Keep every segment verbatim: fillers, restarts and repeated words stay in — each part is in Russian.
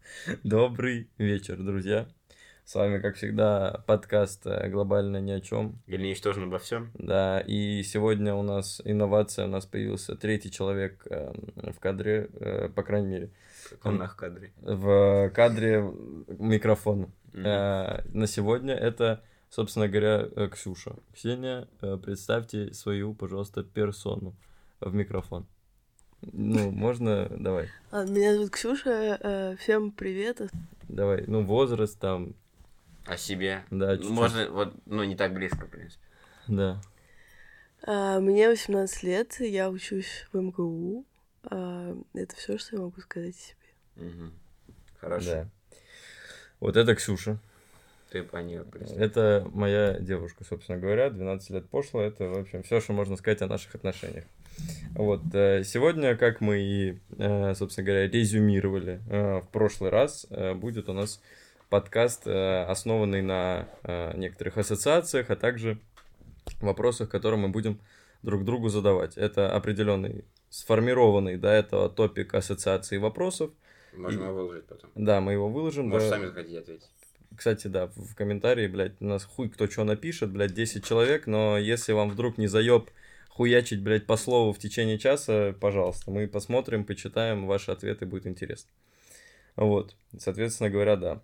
Добрый вечер, друзья. С вами, как всегда, подкаст э, «Глобально ни о чем». Или ничтожно обо всем. Да, и сегодня у нас инновация, у нас появился третий человек э, в кадре, э, по крайней мере, В каком нах кадре? в кадре микрофон. Мгм. Э, на сегодня это, собственно говоря, э, Ксюша. Ксения, э, представьте свою, пожалуйста, персону в микрофон. Ну, можно, давай. Ладно, меня зовут Ксюша, э, всем привет. Давай, ну, возраст там, О себе. да, Ну, чуть-чуть. можно, вот, ну, не так близко, в принципе. Да. А, Мне восемнадцать лет, я учусь в эм гэ у. А, Это все, что я могу сказать о себе. Мгм. Хорошо. Да. Вот это Ксюша. Ты по ней представь. Это моя девушка, собственно говоря, двенадцать лет пошло. Это, в общем, все, что можно сказать о наших отношениях. Вот, э, сегодня, как мы и, э, собственно говоря, резюмировали э, в прошлый раз, э, будет у нас подкаст, э, основанный на э, некоторых ассоциациях, а также вопросах, которые мы будем друг другу задавать. Это определенный, сформированный до этого топик ассоциаций и вопросов. Можем И- его выложить потом. Да, мы его выложим. Можешь да. сами захотите ответить. Кстати, да, в комментарии, блядь, у нас хуй кто что напишет, блядь, десять человек, но если вам вдруг не заеб хуячить, блядь, по слову в течение часа, пожалуйста, мы посмотрим, почитаем ваши ответы, будет интересно. Вот, соответственно говоря, да.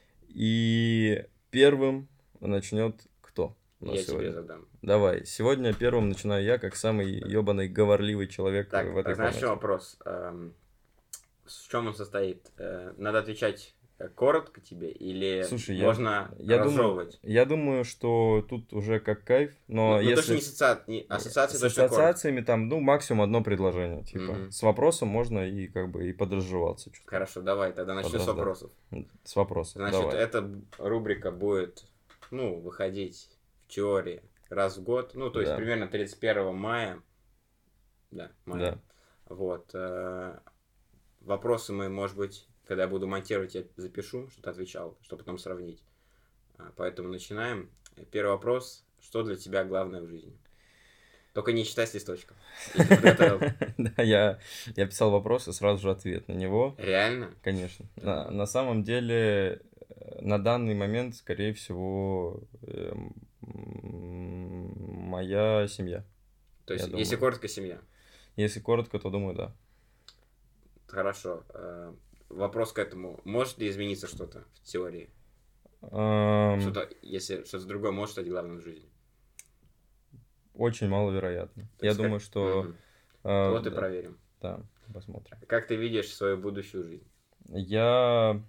И первым начнет кто у нас Я сегодня? тебе задам. Давай, сегодня первым начинаю я, как самый ебаный говорливый человек Так, в этой знаешь, в чем комнате. вопрос? Эм, В чем он состоит? Э, Надо отвечать э, коротко тебе или Слушай, я- можно я думаю- разжевывать? Я думаю, что тут уже как кайф, но Ну, ну, если... точно не ассоциация, не, ассоциация С точно коротко. ассоциациями там, ну, максимум одно предложение, типа. Мгм. С вопросом можно и как бы и подразжеваться чуть. Хорошо, давай, тогда начну с Подождать. вопросов. С вопросом, Значит, давай. эта рубрика будет, ну, выходить в теории раз в год. Ну, то есть Да. примерно тридцать первого мая. Да, мая. Да. Вот. э, Вопросы мы, может быть, когда я буду монтировать, я запишу, что ты отвечал, чтобы потом сравнить. А, Поэтому начинаем. Первый вопрос. Что для тебя главное в жизни? Только не читай с листочков. Если ты подготовил. Да, я, я писал вопрос и сразу же ответ на него. Реально? Конечно. На, на самом деле, э, на данный момент, скорее всего, эм, м, моя семья. То есть, Я если думаю. коротко, семья. Если коротко, то думаю, да. Хорошо. э, Вопрос к этому. Может ли измениться что-то в теории? Эм, Что-то, если что-то другое может стать главным в жизни. Очень маловероятно. То Я есть, как- думаю, что... Мгм. э, Вот и да, проверим. да, посмотрим. Как ты видишь свою будущую жизнь? Я...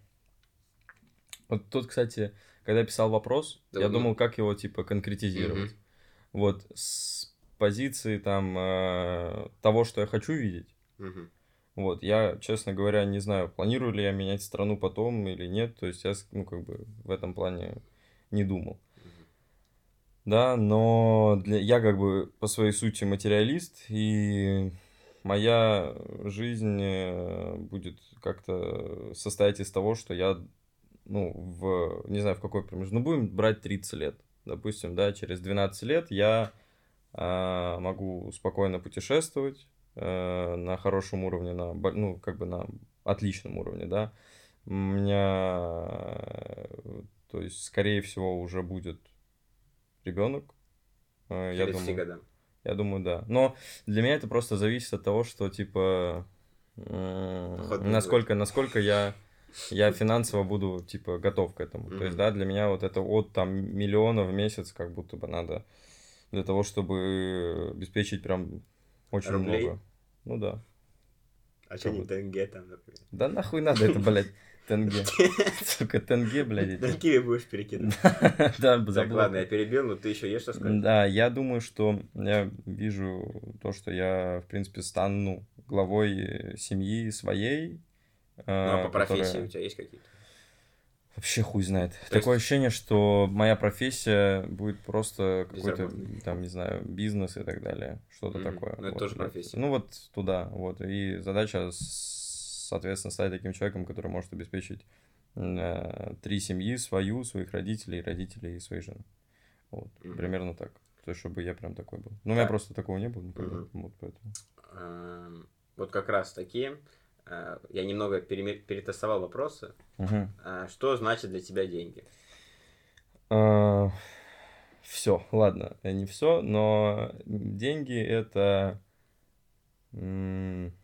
Вот тут, кстати, когда я писал вопрос, Да, я ну- думал, как его, типа, конкретизировать. Мгм. Вот с позиции, там, э, того, что я хочу видеть, Мгм. вот, я, честно говоря, не знаю, планирую ли я менять страну потом или нет, то есть я, с- ну, как бы, в этом плане не думал. Мгм. Да, но для... я, как бы, по своей сути материалист, и моя жизнь э, будет как-то состоять из того, что я, ну, в, не знаю, в какой промежуток, ну, будем брать тридцать лет, допустим, да, через двенадцать лет я а, могу спокойно путешествовать э, на хорошем уровне, на, бо- ну, как бы на отличном уровне, да, у меня, э, то есть, скорее всего, уже будет ребенок, э, я Через все думаю, года. я думаю, да, но для меня это просто зависит от того, что, типа, м, Походу, насколько, насколько я я финансово буду, типа, готов к этому. То есть, Мгм. да, для меня вот это от, там, миллиона в месяц как будто бы надо для того, чтобы обеспечить прям очень Рублей? много. Ну да. А что не тенге там, например? Да нахуй надо это, блядь, тенге. Сука, тенге, блядь, эти. На киви будешь перекидывать. Да, Так, забыл. ладно, я перебил, но ты еще есть что сказать? Да, я думаю, что я вижу то, что я, в принципе, стану главой э, семьи своей. Ну, а по профессии которая- у тебя есть какие-то? Вообще хуй знает. То Такое есть- ощущение, что моя профессия будет просто какой-то, Безработный. там, не знаю, бизнес и так далее. Что-то Мгм. такое. Ну, это Вот, тоже да. профессия. Ну, вот туда, вот. И задача, с- соответственно, стать таким человеком, который может обеспечить э, три семьи, свою, своих родителей, родителей и своей жены. Вот. Мгм. Примерно так. То есть, чтобы я прям такой был. Ну, у меня Так. просто такого не было никогда. Мгм. Вот поэтому. Эм, Вот как раз таки э, я немного переме- перетасовал вопросы. Угу. Э, что значит для тебя деньги? Все, ладно, не все, но деньги это, м,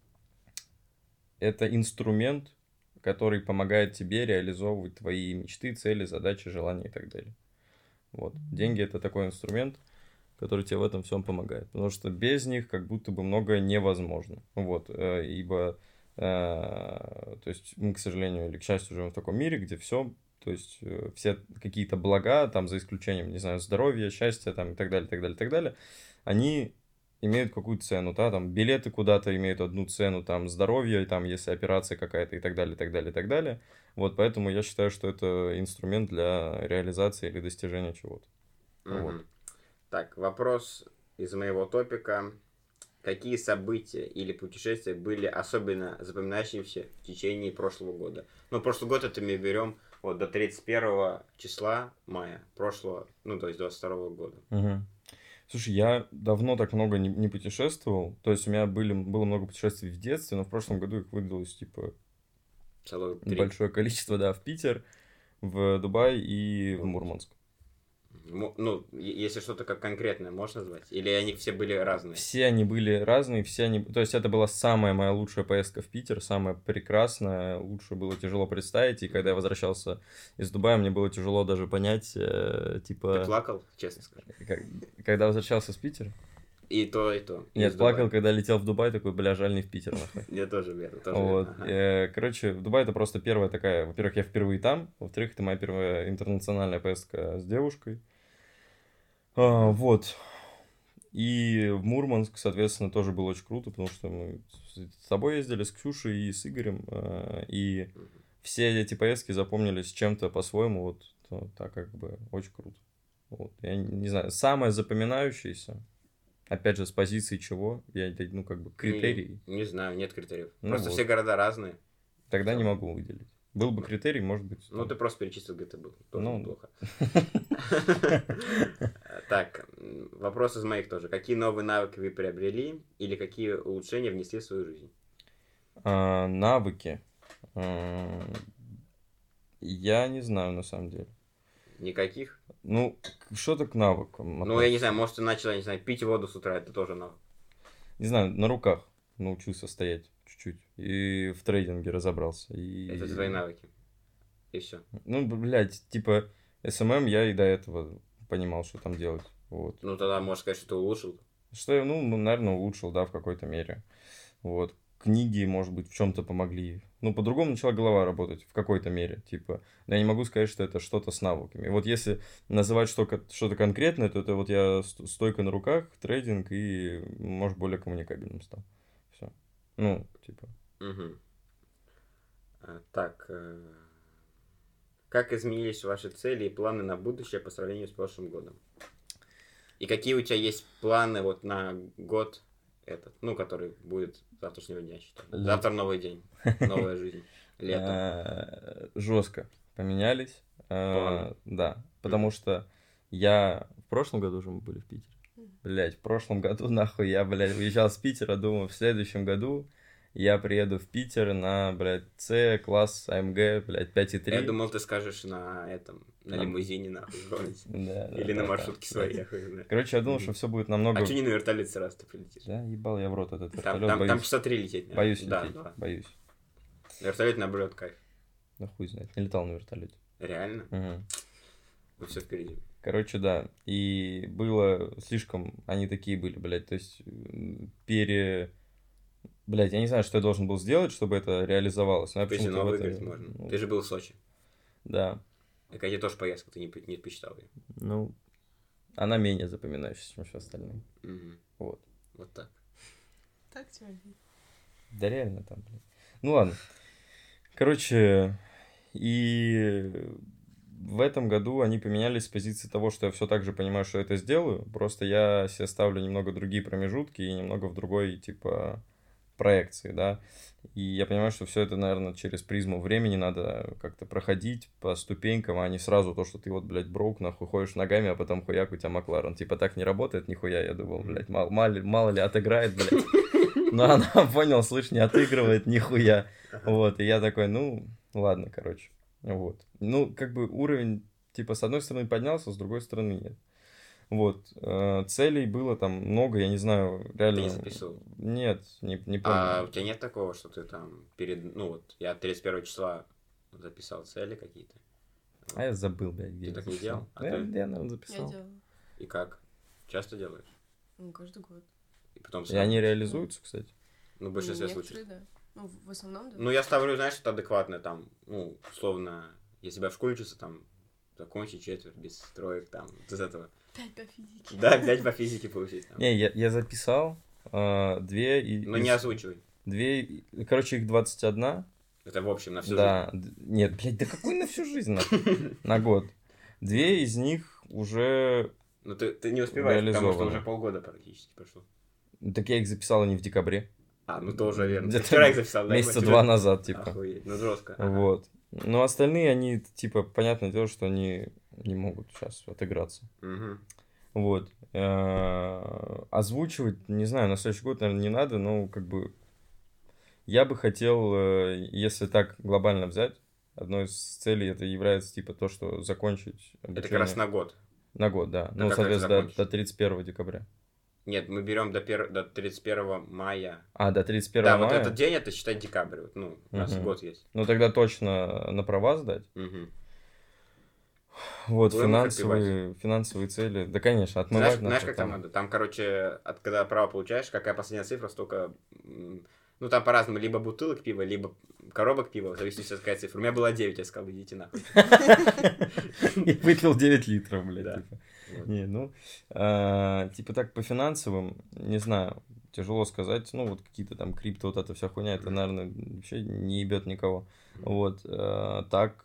это инструмент, который помогает тебе реализовывать твои мечты, цели, задачи, желания и так далее. Вот. Деньги это такой инструмент, который тебе в этом всем помогает. Потому что без них как будто бы многое невозможно. Вот. э, Ибо, э, то есть мы, к сожалению или к счастью, живем в таком мире, где все, то есть э, все какие-то блага, там за исключением, не знаю, здоровья, счастья, там и так далее, так далее, так далее, они имеют какую-то цену, да, там билеты куда-то имеют одну цену, там здоровье, там если операция какая-то и так далее, так далее, так далее. Вот, поэтому я считаю, что это инструмент для реализации или достижения чего-то. Мгм. Вот. Так, вопрос из моего топика. Какие события или путешествия были особенно запоминающимися в течение прошлого года? Ну, прошлый год это мы берем вот до тридцать первого числа мая прошлого, ну, то есть двадцать второго года. Мгм. Слушай, я давно так много не, не путешествовал. То есть у меня были, было много путешествий в детстве, но в прошлом году их выдалось, типа, Целых три. небольшое количество, да, в Питер, в Дубай и в Мурманск. Мо- Ну, е- если что-то как конкретное можешь назвать? Или они все были разные? Все они были разные, все они... То есть это была самая моя лучшая поездка в Питер, самая прекрасная, лучше было тяжело представить. И когда я возвращался из Дубая, мне было тяжело даже понять, э, Ты типа... плакал, честно скажу? как- Когда возвращался с Питера? И то, и то. И Нет, из Дубая. плакал, когда летел в Дубай, такой, бля, жаль, не в Питер, нахуй. Я тоже верю, тоже Вот. верю. Ага. э, Короче, в Дубае это просто первая такая... Во-первых, я впервые там. Во-вторых, это моя первая интернациональная поездка с девушкой. А, Вот. И в Мурманск, соответственно, тоже было очень круто, потому что мы с с тобой ездили, с Ксюшей и с Игорем. э, И Мгм. все эти поездки запомнились чем-то по-своему. Вот то- так как бы очень круто. Вот. Я не знаю, самое запоминающееся, опять же, с позиции чего, я, это, ну, как бы, критерий, Не, не знаю, нет критериев. Ну Просто вот. все города разные. тогда не Всё. могу выделить. Был бы критерий, может быть. Ну, там. ты просто перечислил, где ты был. Тоже Ну, неплохо. Так, м, вопрос из моих тоже. Какие новые навыки вы приобрели или какие улучшения внесли в свою жизнь? А, навыки. М, Я не знаю, на самом деле. Никаких? Ну, к- что-то к навыкам. Ну, я не относится. знаю, может, ты начал, я не знаю, пить воду с утра, это тоже навык. Не знаю, на руках научился стоять чуть-чуть. И в трейдинге разобрался. И... Это твои навыки. И все. Ну, блядь, типа, эс эм эм я и до этого понимал, что там делать. Вот. Ну, тогда можешь сказать, что ты улучшил. Что я, ну, наверное, улучшил, да, в какой-то мере. Вот. Книги, может быть, в чем-то помогли. Ну, по-другому начала голова работать в какой-то мере. Типа, но я не могу сказать, что это что-то с навыками. Вот если называть что-то, что-то конкретное, то это вот я ст- стойка на руках, трейдинг и, может, более коммуникабельным стал. Все. Ну, типа. Мгм. А, Так, э, как изменились ваши цели и планы на будущее по сравнению с прошлым годом? И какие у тебя есть планы вот на год этот, ну, который будет с завтрашнего дня, считаю. Лет. Завтра новый день, новая жизнь, лето. Жестко поменялись. Планы. Э, Да. Потому что я в прошлом году уже мы были в Питере. Блять, в прошлом году, нахуй, я, блядь, уезжал с Питера, думаю, в следующем году я приеду в Питер на, блядь, С, класс А М Г, блядь, пять и три. Я думал, ты скажешь на этом, на На- лимузине, нахуй, гонить. Да, да, Или да, на да, маршрутке да. своей, я хуй знаю. Короче, я думал, Мгм. что все будет намного... А что не на вертолете сразу ты прилетишь? Да, ебал я в рот этот Там, вертолет, там, там боюсь. часа три лететь, наверное. Боюсь Да, лететь, да. боюсь. На вертолете наоборот кайф. Да хуй знает, не летал на вертолете. Реально? Мгм. Ну все впереди. Короче, да. И было слишком... Они такие были, блядь. То есть, м, пере... Блядь, я не знаю, что я должен был сделать, чтобы это реализовалось. Но я почему-то Казино в это- выиграть можно. ну, Ты же был в Сочи. Да. Так а тебе тоже поездка, ты не, п- не посчитал ее. Ну, она менее запоминающаяся, чем все остальные. Мгм. Вот. Вот так. Так тебя видно. Да реально там, блядь. Ну ладно. Короче, и в этом году они поменялись с позиции того, что я все так же понимаю, что это сделаю. Просто я себе ставлю немного другие промежутки и немного в другой, типа, проекции, да. И я понимаю, что все это, наверное, через призму времени надо как-то проходить по ступенькам, а не сразу то, что ты вот, блядь, броук, нахуй ходишь ногами, а потом хуяк у тебя Макларен. Типа так не работает нихуя, я думал, блядь, мало, мало, ли- мало ли отыграет, блядь. Но она, понял, слышь, не отыгрывает нихуя. Вот, и я такой, ну, ладно, короче. Вот. Ну, как бы уровень, типа, с одной стороны поднялся, с другой стороны нет. Вот. э, Целей было там много, я не знаю, Ты не реально... записывал? Нет, не, не А у помню. тебя нет такого, что ты там перед... Ну вот, я тридцать первого числа записал цели какие-то. А я забыл, блядь, где Ты я так не записал. делал? А Я, ты? я, наверное, Я записал. делала. И как? Часто делаешь? Ну, каждый год. И потом И они сам? реализуются, кстати. Ну, в большинстве Некоторые, случаев. да. Ну, в в основном, да. Ну, я ставлю, знаешь, что адекватно там, ну, условно, если я в школе учился, там, закончить четверть без троек, там, вот из этого. Пять по физике. Да, пять по физике получить. Там. Не, я, я записал э, две и... Но из- не озвучивай. Две, и- короче, их двадцать один. Это в общем на всю Да, д- нет, блядь, да какой на всю жизнь, нахуй? жизнь. На год. Две из них уже... Ну, ты, ты не успеваешь, потому что Реализовано. уже полгода практически прошло. Так я их записал не в декабре. А, ну тоже верно. Ты Где-то вчера их записал, да? Месяца Ебать, два уже- назад, типа. Охуеть, ну жестко. Ага. Вот. Но остальные, они, типа, понятное дело, что они не могут сейчас отыграться. Мгм. Вот. Э, Озвучивать, не знаю, на следующий год, наверное, не надо, но как бы я бы хотел, э, если так глобально взять, одной из целей это является типа то, что закончить Это как обучение раз на год. на год, да. Ну, как это соответственно, до, закончишь? до тридцать первого декабря. Нет, мы берем до, пер... до тридцать первого мая. А, до тридцать первого Да, вот мая? этот день это считай декабрь. Вот, ну, у нас Мгм. год есть. Ну, тогда точно на права сдать. Мгм. Вот, Будем их финансовые, финансовые цели. Да, конечно, Знаешь, отмывать знаешь, нахуй как там там. надо? Там, короче, от, когда право получаешь, какая последняя цифра, столько... м, Ну, там по-разному, либо бутылок пива, либо коробок пива, в зависимости от какая цифра. У меня было девять, я сказал, идите нахуй. И выпил девять литров, блядь. Да. Типа. Вот. Не, ну, а, типа так по финансовым, не знаю, тяжело сказать. Ну, вот какие-то там крипто, вот эта вся хуйня, это, Мгм. наверное, вообще не ебет никого. Вот, а, так,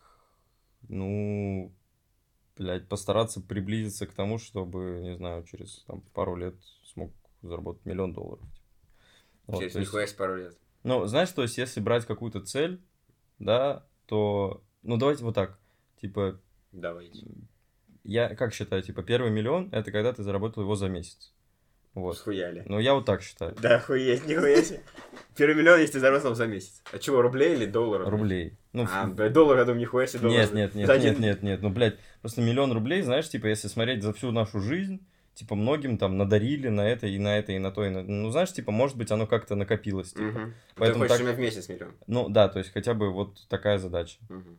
ну, блядь, постараться приблизиться к тому, чтобы, не знаю, через там, пару лет смог заработать миллион долларов. Вот, Через то есть- нихуя с пару лет. ну, знаешь, то есть, если брать какую-то цель, да, то, ну, давайте вот так, типа, Давайте. я как считаю, типа, первый миллион, это когда ты заработал его за месяц. Вот. Схуяли. Ну, я вот так считаю. Да, охуеть, нихуя себе. Первый миллион, если ты заработал за месяц. А чего, рублей или долларов? Рублей. Ну, А, ф- блядь, доллар, я думаю, нихуя себе доллар. нет, нет, нет, За нет, один- нет, нет, ну, блядь, просто миллион рублей, знаешь, типа, если смотреть за всю нашу жизнь, типа, многим там надарили на это и на это и на то, и на... Ну, знаешь, типа, может быть, оно как-то накопилось, типа. Мгм. Ты Поэтому хочешь так- иметь в месяц миллион. Ну, да, то есть, хотя бы вот такая задача Мгм.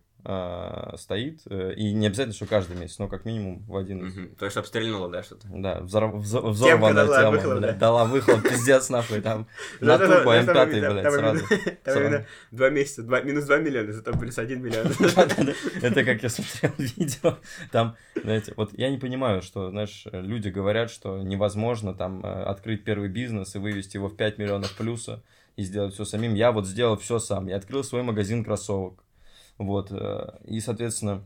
а, стоит, э, и не обязательно, что каждый месяц, но как минимум в один из... Мгм. То есть, чтобы стрельнуло, да, что-то? Да, взор- взор- взорванная дала тема, выхлоп, блядь, да? дала выхлоп, пиздец, нахуй, там, на Зато- турбо эм зато пять, там- блядь, там сразу. именно- Там Сразу. именно два месяца, два- минус два миллиона, зато плюс один миллион. Это как я смотрел видео, там, знаете, вот я не понимаю, что, знаешь, люди говорят, что невозможно там э, открыть первый бизнес и вывести его в пять миллионов плюса и сделать все самим. Я вот сделал все сам, я открыл свой магазин кроссовок, вот, э, и, соответственно,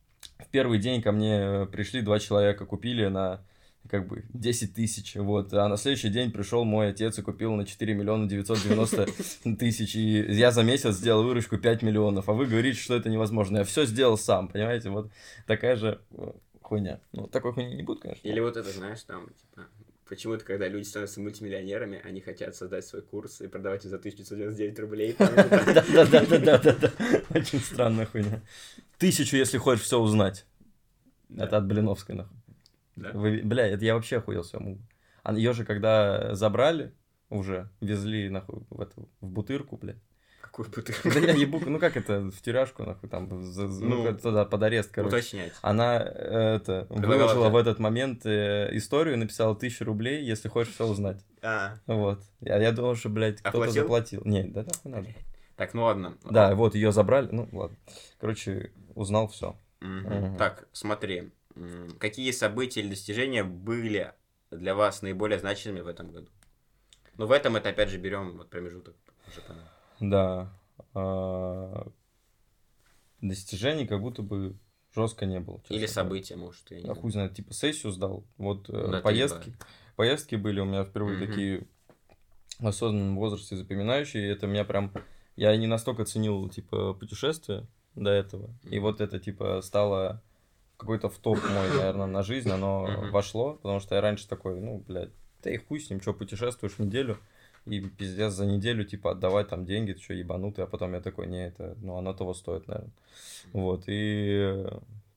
в первый день ко мне э, пришли два человека, купили на как бы десять тысяч, вот, а на следующий день пришел мой отец и купил на четыре миллиона девятьсот девяносто тысяч, и я за месяц сделал выручку пять миллионов, а вы говорите, что это невозможно, я все сделал сам, понимаете, вот такая же э, хуйня, ну, такой хуйни не будет, конечно. Или вот это, знаешь, там, типа, почему-то, когда люди становятся мультимиллионерами, они хотят создать свой курс и продавать его за тысяча пятьсот девяносто девять рублей. там, типа. Да-да-да-да-да-да, очень странная хуйня. Тысячу, если хочешь все узнать. Да. Это от Блиновской, нахуй. Да. Вы- бля, это я вообще охуел своему. А ее же когда забрали, уже везли, нахуй, в эту, в бутырку, бля. Какую бы ты Да я ебу, ну как это, в тюряшку, нахуй, там, за- за- ну, Ну, как туда, под арест, короче. уточнять. Она, э, это, Предлагала выложила взять. в этот момент э, историю, написала тысячу рублей, если хочешь все узнать. А, Вот. Я, я думал, что, блядь, кто-то Оплатил? заплатил. Нет, да нахуй надо. так, ну ладно. Да, вот ее забрали, ну ладно. Короче, узнал все. Мгм. Мгм. Так, смотри. М, Какие события или достижения были для вас наиболее значимыми в этом году? Ну, в этом это, опять же, берем вот промежуток. уже понятно. Да. а, Достижений как будто бы жестко не было. честно Или говоря. события, может, я не Я знаю. хуй знает, типа сессию сдал. Вот э, Да, ты поездки. Поездки были у меня впервые Мгм. такие в осознанном возрасте запоминающие. Это меня прям... Я не настолько ценил, типа, путешествия до этого. И Мгм. вот это, типа, стало какой-то в топ мой, наверное, на жизнь. Оно Мгм. вошло, потому что я раньше такой, ну, блядь, да и хуй с ним, что, путешествуешь неделю, и пиздец за неделю, типа, отдавать там деньги, ты что, ебанутый, а потом я такой, не, это, ну, оно того стоит, наверное. Вот, и,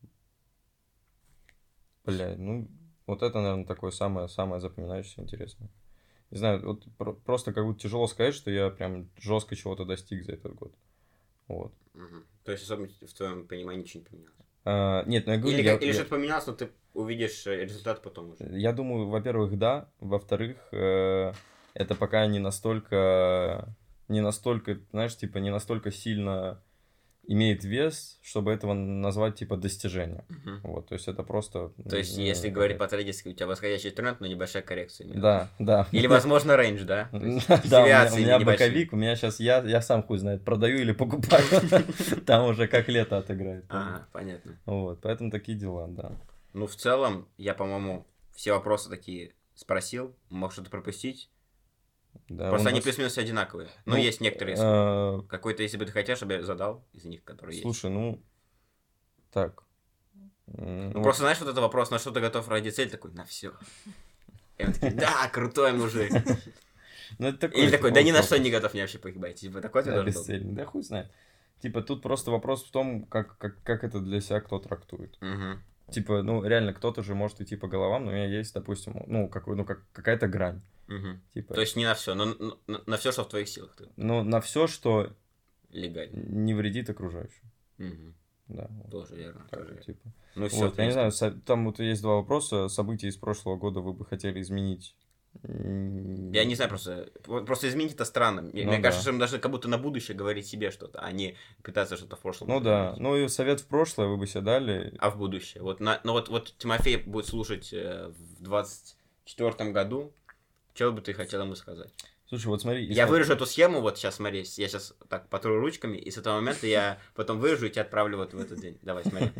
бля, ну, вот это, наверное, такое самое, самое запоминающееся, интересное. Не знаю, вот про- просто как будто тяжело сказать, что я прям жестко чего-то достиг за этот год. Вот. Мгм. То есть, особенно в твоем понимании ничего не поменялось. А, нет, ну я говорю, Или, я, как- или я- что-то поменялось, но ты увидишь э, результат потом уже. я думаю, во-первых, да, во-вторых, э, это пока не настолько, не настолько, знаешь, типа, не настолько сильно имеет вес, чтобы этого назвать, типа, достижением. Мгм. Вот, то есть это просто... То есть, ну, если говорить какая-то- по-трагически, у тебя восходящий тренд, но небольшая коррекция. именно. Да, да. Или, возможно, рейндж, да? То есть, Да, у меня, у девиации меня небольшие. боковик, у меня сейчас я, я сам хуй знает, продаю или покупаю. Там уже как лето отыграет. Ага, понятно. Вот, поэтому такие дела, да. Ну, в целом, я, по-моему, все вопросы такие спросил. Мог что-то пропустить. Да, Просто у они нас- плюс-минус одинаковые. Но ну, есть некоторые. э, Какой-то, если бы ты хотел, чтобы я задал из них, которые есть. Слушай, ну, так. М, Ну, вот, просто знаешь, вот это вопрос, на что ты готов ради цели, такой, на все. И он такой, да, крутой мужик. ну, это такой, Или такой, да ни на вопрос. что не готов, мне вообще погибать. Типа, такой ты Да, должен был. бесцельный. Да хуй знает. Типа, тут просто вопрос в том, как, как, как это для себя кто трактует. Мгм. Типа, ну, реально, кто-то же может идти по головам, но у меня есть, допустим, ну, какой, ну как, какая-то грань. Мгм. Типа, То есть не на все, но на, на- на все, что в твоих силах. Ты ну, на все, что легально. не вредит окружающим. Мгм. Да, вот Тоже верно. так Тоже вот, верно. типа. Ну все, Вот, я не знаю, со- там вот есть два вопроса. События из прошлого года вы бы хотели изменить? М, Я не знаю, просто, вот просто изменить это странно. Мне, Ну мне да. кажется, что им должны как будто на будущее говорить себе что-то, а не пытаться что-то в прошлом. Ну да, изменить. ну и совет в прошлое вы бы себе дали. А в будущее. Вот, на, ну вот, вот Тимофей будет слушать э, в двадцать четвёртом году. Что бы ты хотел ему сказать? Слушай, вот смотри. Я если- выражу эту схему, вот сейчас смотри, я сейчас так потру ручками, и с этого момента я потом выражу и тебя отправлю вот в этот день. Давай, смотри.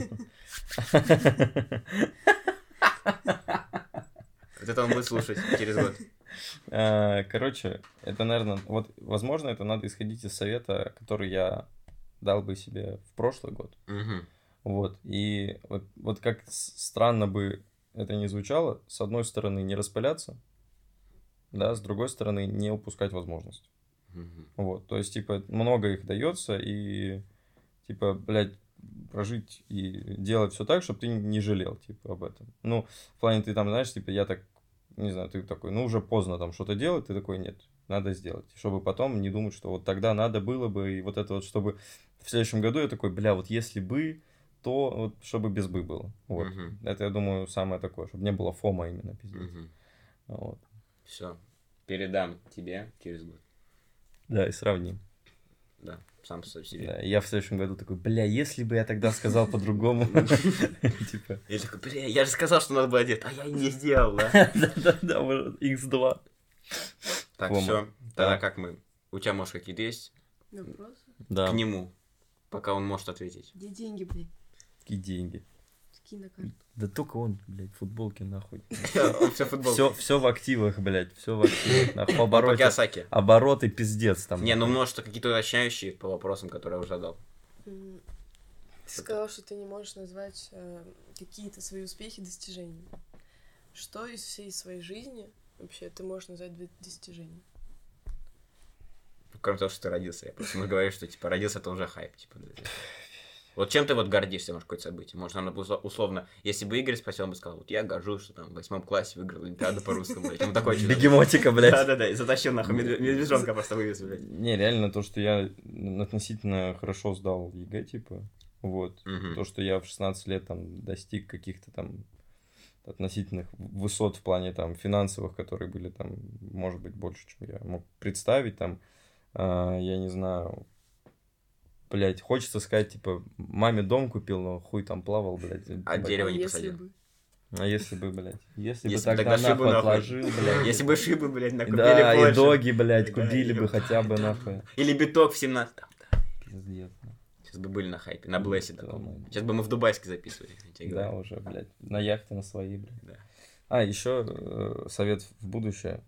Вот это он будет слушать через год. А, Короче, это, наверное, вот, возможно, это надо исходить из совета, который я дал бы себе в прошлый год. Мгм. Вот, и вот, вот как с- странно бы это ни звучало, с одной стороны, не распыляться, да, с другой стороны, не упускать возможность. Мгм. Вот, то есть, типа, много их дается, и, типа, блядь, прожить и делать все так, чтобы ты не жалел, типа, об этом. Ну, в плане, ты там, знаешь, типа, я так, не знаю, ты такой, ну, уже поздно там что-то делать, ты такой, нет, надо сделать, чтобы потом не думать, что вот тогда надо было бы, и вот это вот, чтобы в следующем году я такой, бля, вот если бы, то вот, чтобы без бы было. Вот. Мгм. Это, я думаю, самое такое, чтобы не было фома именно, пиздец. Мгм. Вот. Все. Передам тебе через год. Да, и сравним. Да, сам со себе. Да, и я в следующем году такой, бля, если бы я тогда сказал по-другому. Типа, Я такой, бля, я же сказал, что надо было делать, а я и не сделал, да? да-да-да, икс два. Так, Фома. все. Тогда Да. как мы? У тебя, может, какие-то есть? Вопросы? Да, К нему. Пока он может ответить. Где деньги, блядь? какие деньги. Скинь на карту. Да только он, блядь, футболки нахуй. Он все футбол. Все, все в активах, блядь, все в активах. Нахуй. В По обороте, Киосаки. обороты пиздец там. Не, ну нахуй. множество какие-то уточняющие по вопросам, которые я уже задал. М, Ты сказал, что ты не можешь назвать э, какие-то свои успехи достижениями. Что из всей своей жизни вообще ты можешь назвать д- достижением? Кроме того, что ты родился. Я просто ему говорю, что типа родился, это уже хайп. Типа, да. Вот чем ты вот гордишься, может, какое-то событие? Может, оно бы усло- условно, если бы Игорь спросил, он бы сказал, вот я горжусь, что там в восьмом классе выиграл Олимпиаду по русскому. блядь». Он такой человек. Бегемотика, блядь. Да-да-да, и затащил нахуй медве- медвежонка просто вывез, блядь. Не, реально то, что я относительно хорошо сдал ЕГЭ, типа, вот. Мгм. То, что я в шестнадцать лет там достиг каких-то там относительных высот в плане там финансовых, которые были там, может быть, больше, чем я мог представить, там, а, я не знаю, блядь, хочется сказать, типа, маме дом купил, но хуй там плавал, блядь. А ебать. дерево не Если посадил. бы. А если бы, блядь, если, Если бы бы тогда, тогда шибу нахуй нахуй. отложил, блядь. Если бы шибы, блядь, накупили Да, и больше. доги, блядь, Да, купили бы ебать, хотя бы, да. нахуй. Или биток в семнадцатом. Пиздец. Сейчас бы были на хайпе, на Блэсе Да, таком. нормально. Сейчас бы мы в Дубайске записывали. я тебе Да, говорю. уже, блядь, на яхте на своей, блядь. Да. А, еще совет в будущее.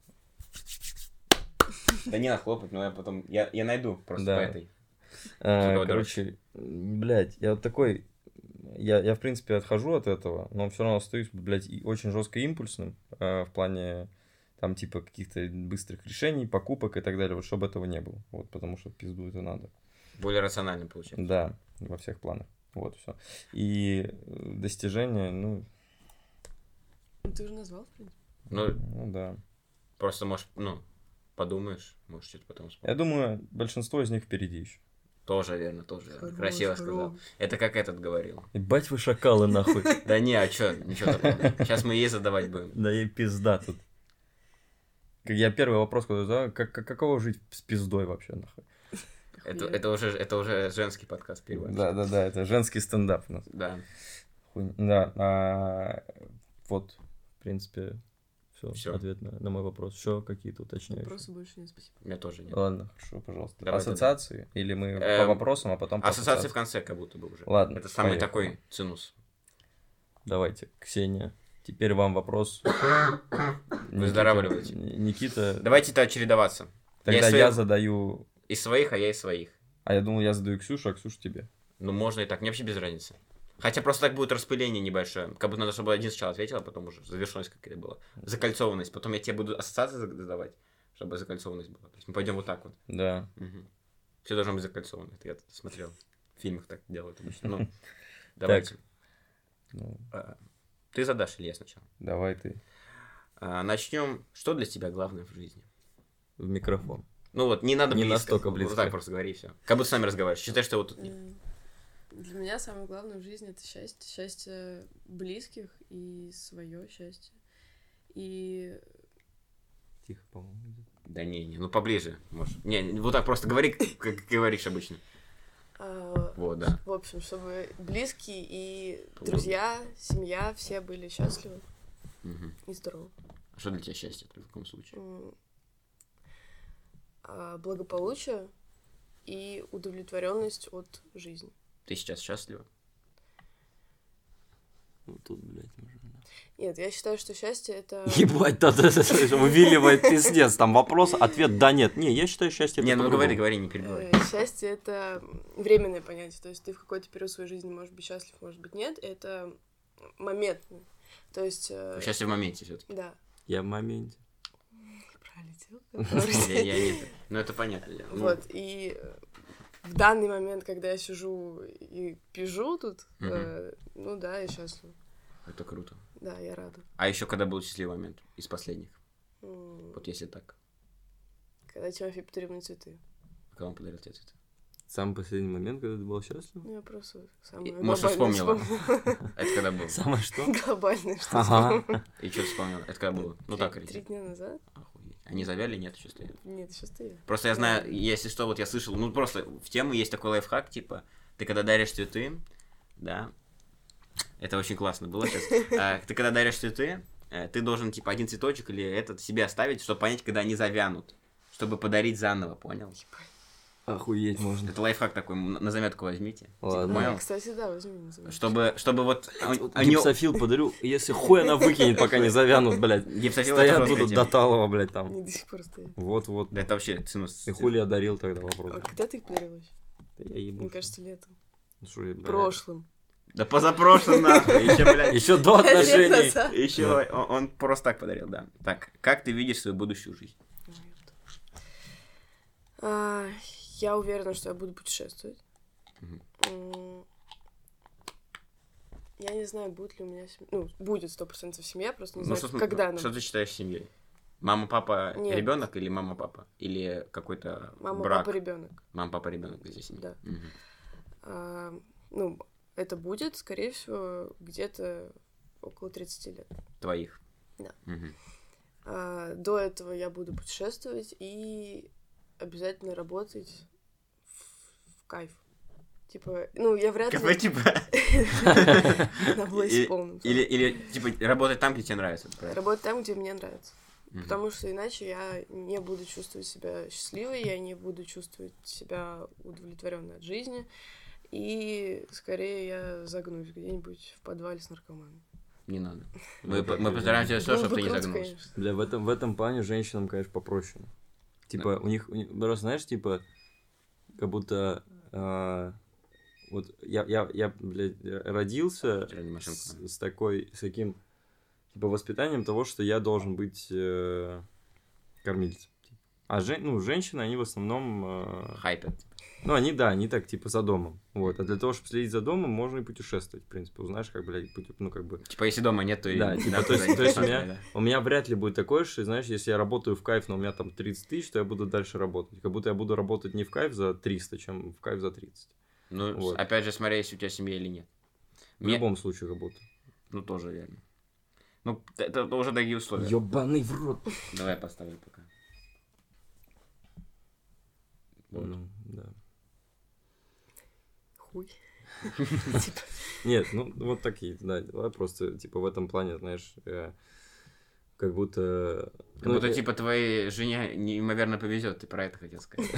Да не нахлопать, но я потом... Я, я найду просто Да. по этой. А, кого короче, блядь, я вот такой, я, я в принципе отхожу от этого, но все равно остаюсь, блядь, и очень жестко импульсным а, в плане там, типа, каких-то быстрых решений, покупок и так далее, вот, чтобы этого не было, вот, потому что в пизду это надо. Более рационально получается. Да, во всех планах, вот, все. И достижения, ну... Ты уже назвал, в принципе. Ну, ну, да. Просто, может, ну, подумаешь, может, что-то потом вспомнишь. Я думаю, большинство из них впереди еще. Тоже верно, тоже верно. Хорош, Красиво хорош. сказал. Это как этот говорил. Ебать вы шакалы, нахуй. Да не, а чё, ничего такого. Сейчас мы ей задавать будем. Да и пизда тут. Как я первый вопрос когда задал, как, как, каково жить с пиздой вообще, нахуй? Это, это, уже, это уже женский подкаст перевод. Да, да, да, это женский стендап у нас. Да. Хуй... Да, а... вот, в принципе, все, Всё. ответ на, на мой вопрос. Еще какие-то уточняющие? Вопросы больше нет, спасибо. У меня тоже нет. Ладно, хорошо, пожалуйста. Давай Ассоциации? Или мы по Эм, вопросам, а потом по Ассоциации в ассоциациям? конце как будто бы уже. Ладно, Это самый поехали. такой цинус. Давайте, Ксения. Теперь вам вопрос. Выздоравливайте. Никита, Никита. Давайте-то чередоваться. Тогда из я своих- задаю... Из своих, а я из своих. А я думал, я задаю Ксюшу, а Ксюша тебе. Ну, можно и так, мне вообще без разницы. Хотя просто так будет распыление небольшое. Как будто надо, чтобы один сначала ответил, а потом уже завершенность какая-то была. Закольцованность. Потом я тебе буду ассоциации задавать, чтобы закольцованность была. То есть мы пойдем вот так вот. Да. Все должно быть закольцовано. Это я смотрел. В фильмах так делают обычно. Ну, давайте. Ну, А, Ты задашь или я сначала? давай ты А, Начнем. Что для тебя главное в жизни? в микрофон. Ну вот, не надо Не близко. настолько Вот близко. так просто говори все. Как будто с нами разговариваешь. Считай, что вот... М, Для меня самое главное в жизни — это счастье. Счастье близких и свое счастье. И Тихо, по-моему. идет. Да не, не, ну поближе, может. Не, не, вот так просто говори, как говоришь обычно. а, Вот, да. в общем, чтобы близкие и друзья, семья, все были счастливы Мгм. и здоровы. А что для тебя счастье в таком случае? М, а, Благополучие и удовлетворенность от жизни. Ты сейчас счастлива? Ну, тут, блядь, уже. Нет, я считаю, что счастье — это... Ебать, да, да, да, увиливает пиздец. Там вопрос, ответ, да, нет. Не, я считаю, счастье Не, это ну по-другому. говори, говори, не перебивай. Э, Счастье — это временное понятие. То есть ты в какой-то период своей жизни можешь быть счастлив, может быть, нет. Это моментно. То есть... э, Счастье в моменте все-таки. Да. Я в моменте. Пролетел. Я, я не... Ну это понятно. я- ну, Вот, и э, в данный момент, когда я сижу и пижу тут, Мгм. э, ну да, я счастлива. Это круто. Да, я рада. А еще когда был счастливый момент из последних? М, Вот если так. Когда Тимофей подарил мне цветы. Когда он подарил тебе цветы? Самый последний момент, когда ты был счастлив? Ну, я просто самое может, глобальное вспомнила. вспомнила. Это когда было? Самое что? Глобальное, что Ага. вспомнила. И что ты вспомнила? Это когда было? Ну так, Три Рити. дня назад? Охуеть. Они завяли? Нет, еще стоят. Нет, еще стоит. Просто я знаю, если что, вот я слышал, ну просто в тему есть такой лайфхак, типа, ты когда даришь цветы, да, это очень классно было сейчас, а, ты когда даришь цветы, э, ты должен, типа, один цветочек или этот себе оставить, чтобы понять, когда они завянут, чтобы подарить заново, понял? Охуеть можно. Это лайфхак такой, м, на заметку возьмите. Ладно. Понял? А, кстати, да, возьми на заметку. Чтобы, чтобы вот... а- Вот а у него- Гипсофил подарю, если хуй она выкинет, пока не завянут, блядь. Гипсофил это Стоят жесткая будут тема. до талого, блядь, там. Они до сих пор стоят. Вот-вот. Да это вообще цинус. И хули я дарил тогда вопрос. А когда ты их подарил вообще? Да я ебу. Мне кажется, летом. Ну, что я, блядь. Прошлым. Да позапрошлым нахуй, еще, блядь. Еще до Пять лет отношений. назад. Еще он, он просто так подарил, да. Так, как ты видишь свою будущую жизнь? А, Я уверена, что я буду путешествовать. Мгм. М, Я не знаю, будет ли у меня семья. Ну, будет сто процентов семья, просто не Ну, знаю, что, когда она. что ты считаешь семьей? Мама, папа, Нет. ребенок или мама, папа? Или какой-то Мама, брак? папа, ребенок. Мама, папа, ребенок здесь семья. Да. Мгм. А, ну, это будет, скорее всего, где-то около тридцати лет. Твоих. Да. Мгм. А, до этого я буду путешествовать и обязательно работать в, в кайф. Типа, ну, я вряд Как ли... бы, типа... На власть Или- полном. Или, или, типа, работать там, где тебе нравится. правильно? Работать там, где мне нравится. Мгм. Потому что иначе я не буду чувствовать себя счастливой, я не буду чувствовать себя удовлетворенной от жизни. И скорее я загнусь где-нибудь в подвале с наркоманом. Не надо. Мы, по- мы постараемся сделать все, Было чтобы бы ты не круто, загнулся. конечно. Бля, в этом, в этом плане женщинам, конечно, попроще. Типа, у них, у них- просто, знаешь, типа, как будто, а, вот я, я, я, блядь, родился Стиральная машинка. с, с такой, с таким, типа, воспитанием того, что я должен быть э, кормильцем. А жен... ну, женщины, они в основном... Э... Хайпят. Ну, они, да, они так, типа, за домом. Вот. А для того, чтобы следить за домом, можно и путешествовать, в принципе. Узнаешь, как, блядь, пути... ну, как бы... Типа, если дома нет, то... Да, типа, то есть, то есть у, меня, у меня вряд ли будет такое, что, знаешь, если я работаю в кайф, но у меня там тридцать тысяч, то я буду дальше работать. Как будто я буду работать не в кайф за триста, чем в кайф за тридцать. Ну, Вот. опять же, смотря, если у тебя семья или нет. В Мне- любом случае работаю. Ну, тоже верно. Ну, это уже такие условия. Ёбаный в рот. Давай я поставлю пока. Вот. Ну, да. Хуй. Нет, ну, вот такие, да, дела. Просто, типа, в этом плане, знаешь, э, как будто... Как ну, будто, э, типа, твоей жене неимоверно повезет, ты про это хотел сказать.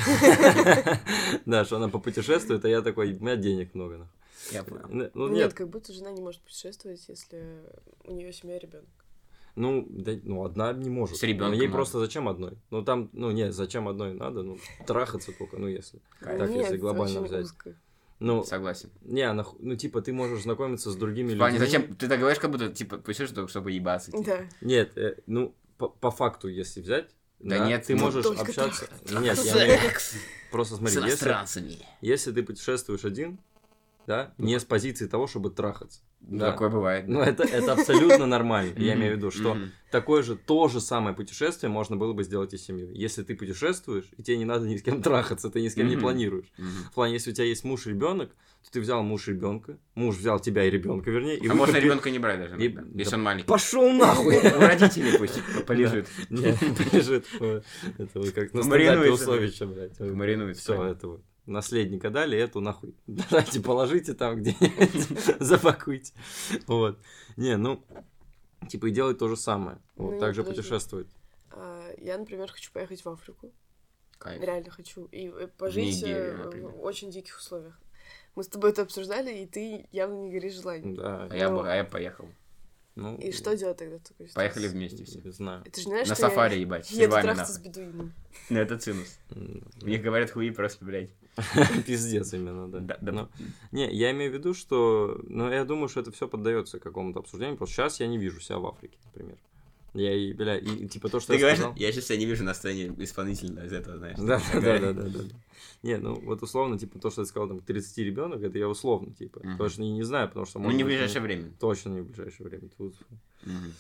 Да, что она попутешествует, а я такой, у меня денег много, нахуй. Я понял. Ну, ну, Нет, нет, как будто жена не может путешествовать, если у нее семья и ребенок. ну, да, ну, одна не может. С ребенком Ну, ей надо. просто зачем одной? Ну, там, ну, нет, зачем одной надо? Ну, трахаться только, ну, если. Так, Нет, если глобально очень взять. узко. Ну, Согласен. не, она, ху- ну, типа, ты можешь знакомиться с другими В плане, людьми. зачем? Ты так говоришь, как будто, типа, пишешь, чтобы, чтобы ебаться. типа. Да. Нет, э, ну, по, по факту, если взять, Да нет, ты ну, можешь только общаться. Нет, я имею в виду- просто С смотри, если, иностранцами. если ты путешествуешь один, да, не с позиции того, чтобы трахаться. Ну, Да. такое бывает. Ну, это, это абсолютно нормально. Я имею в виду, что Мгм. такое же, то же самое путешествие можно было бы сделать и с семьей. Если ты путешествуешь, и тебе не надо ни с кем трахаться, ты ни с кем не Мгм. планируешь. Мгм. В плане, если у тебя есть муж и ребенок, то ты взял муж и ребенка, муж взял тебя и ребенка, вернее, и А вы можно купи- ребенка не брать даже, И- иногда, если да он маленький. Пошел нахуй! У родителей пусть полежит. Нет, полежит. э, Это вы как на стендапе Маринуется. Условича, блядь. Маринуется. Все, это вот. Наследника дали, эту нахуй. Давайте положите там где-нибудь, запакуйте. Вот. Не, ну, типа и делать то же самое. Ну, Вот, не, также подожди. путешествовать. А, Я, например, хочу поехать в Африку. Кайф. Реально хочу. И э, пожить Нигерию, э, например. в очень диких условиях. Мы с тобой это обсуждали, и ты явно не горишь желанием. Да. А я, Ну. бы- а я поехал. Ну, И что делать тогда в такой ситуации? Поехали вместе все. Не знаю. Ты же знаешь, На что сафари, я ебать. еду Сильване, трахаться с нахуй. бедуином. Ну, это цинус. М, У них говорят хуи просто, блядь. Пиздец именно, да. Да, да. Ну, не, я имею в виду, что... Ну, я думаю, что это все поддается какому-то обсуждению. Просто сейчас я не вижу себя в Африке, например. Я и, бля, и типа то, что Ты я говоришь, сказал... я сейчас себя не вижу на сцене исполнительно из этого, знаешь. Да, Так да, да, говорят. да, да, да. Не, ну вот условно, типа, то, что я сказал, там, к тридцати ребенок, это я условно, типа. Мгм. Точно не, не знаю, потому что... Ну, может не в быть, ближайшее ну, время. Точно не в ближайшее время. Тут, Мгм.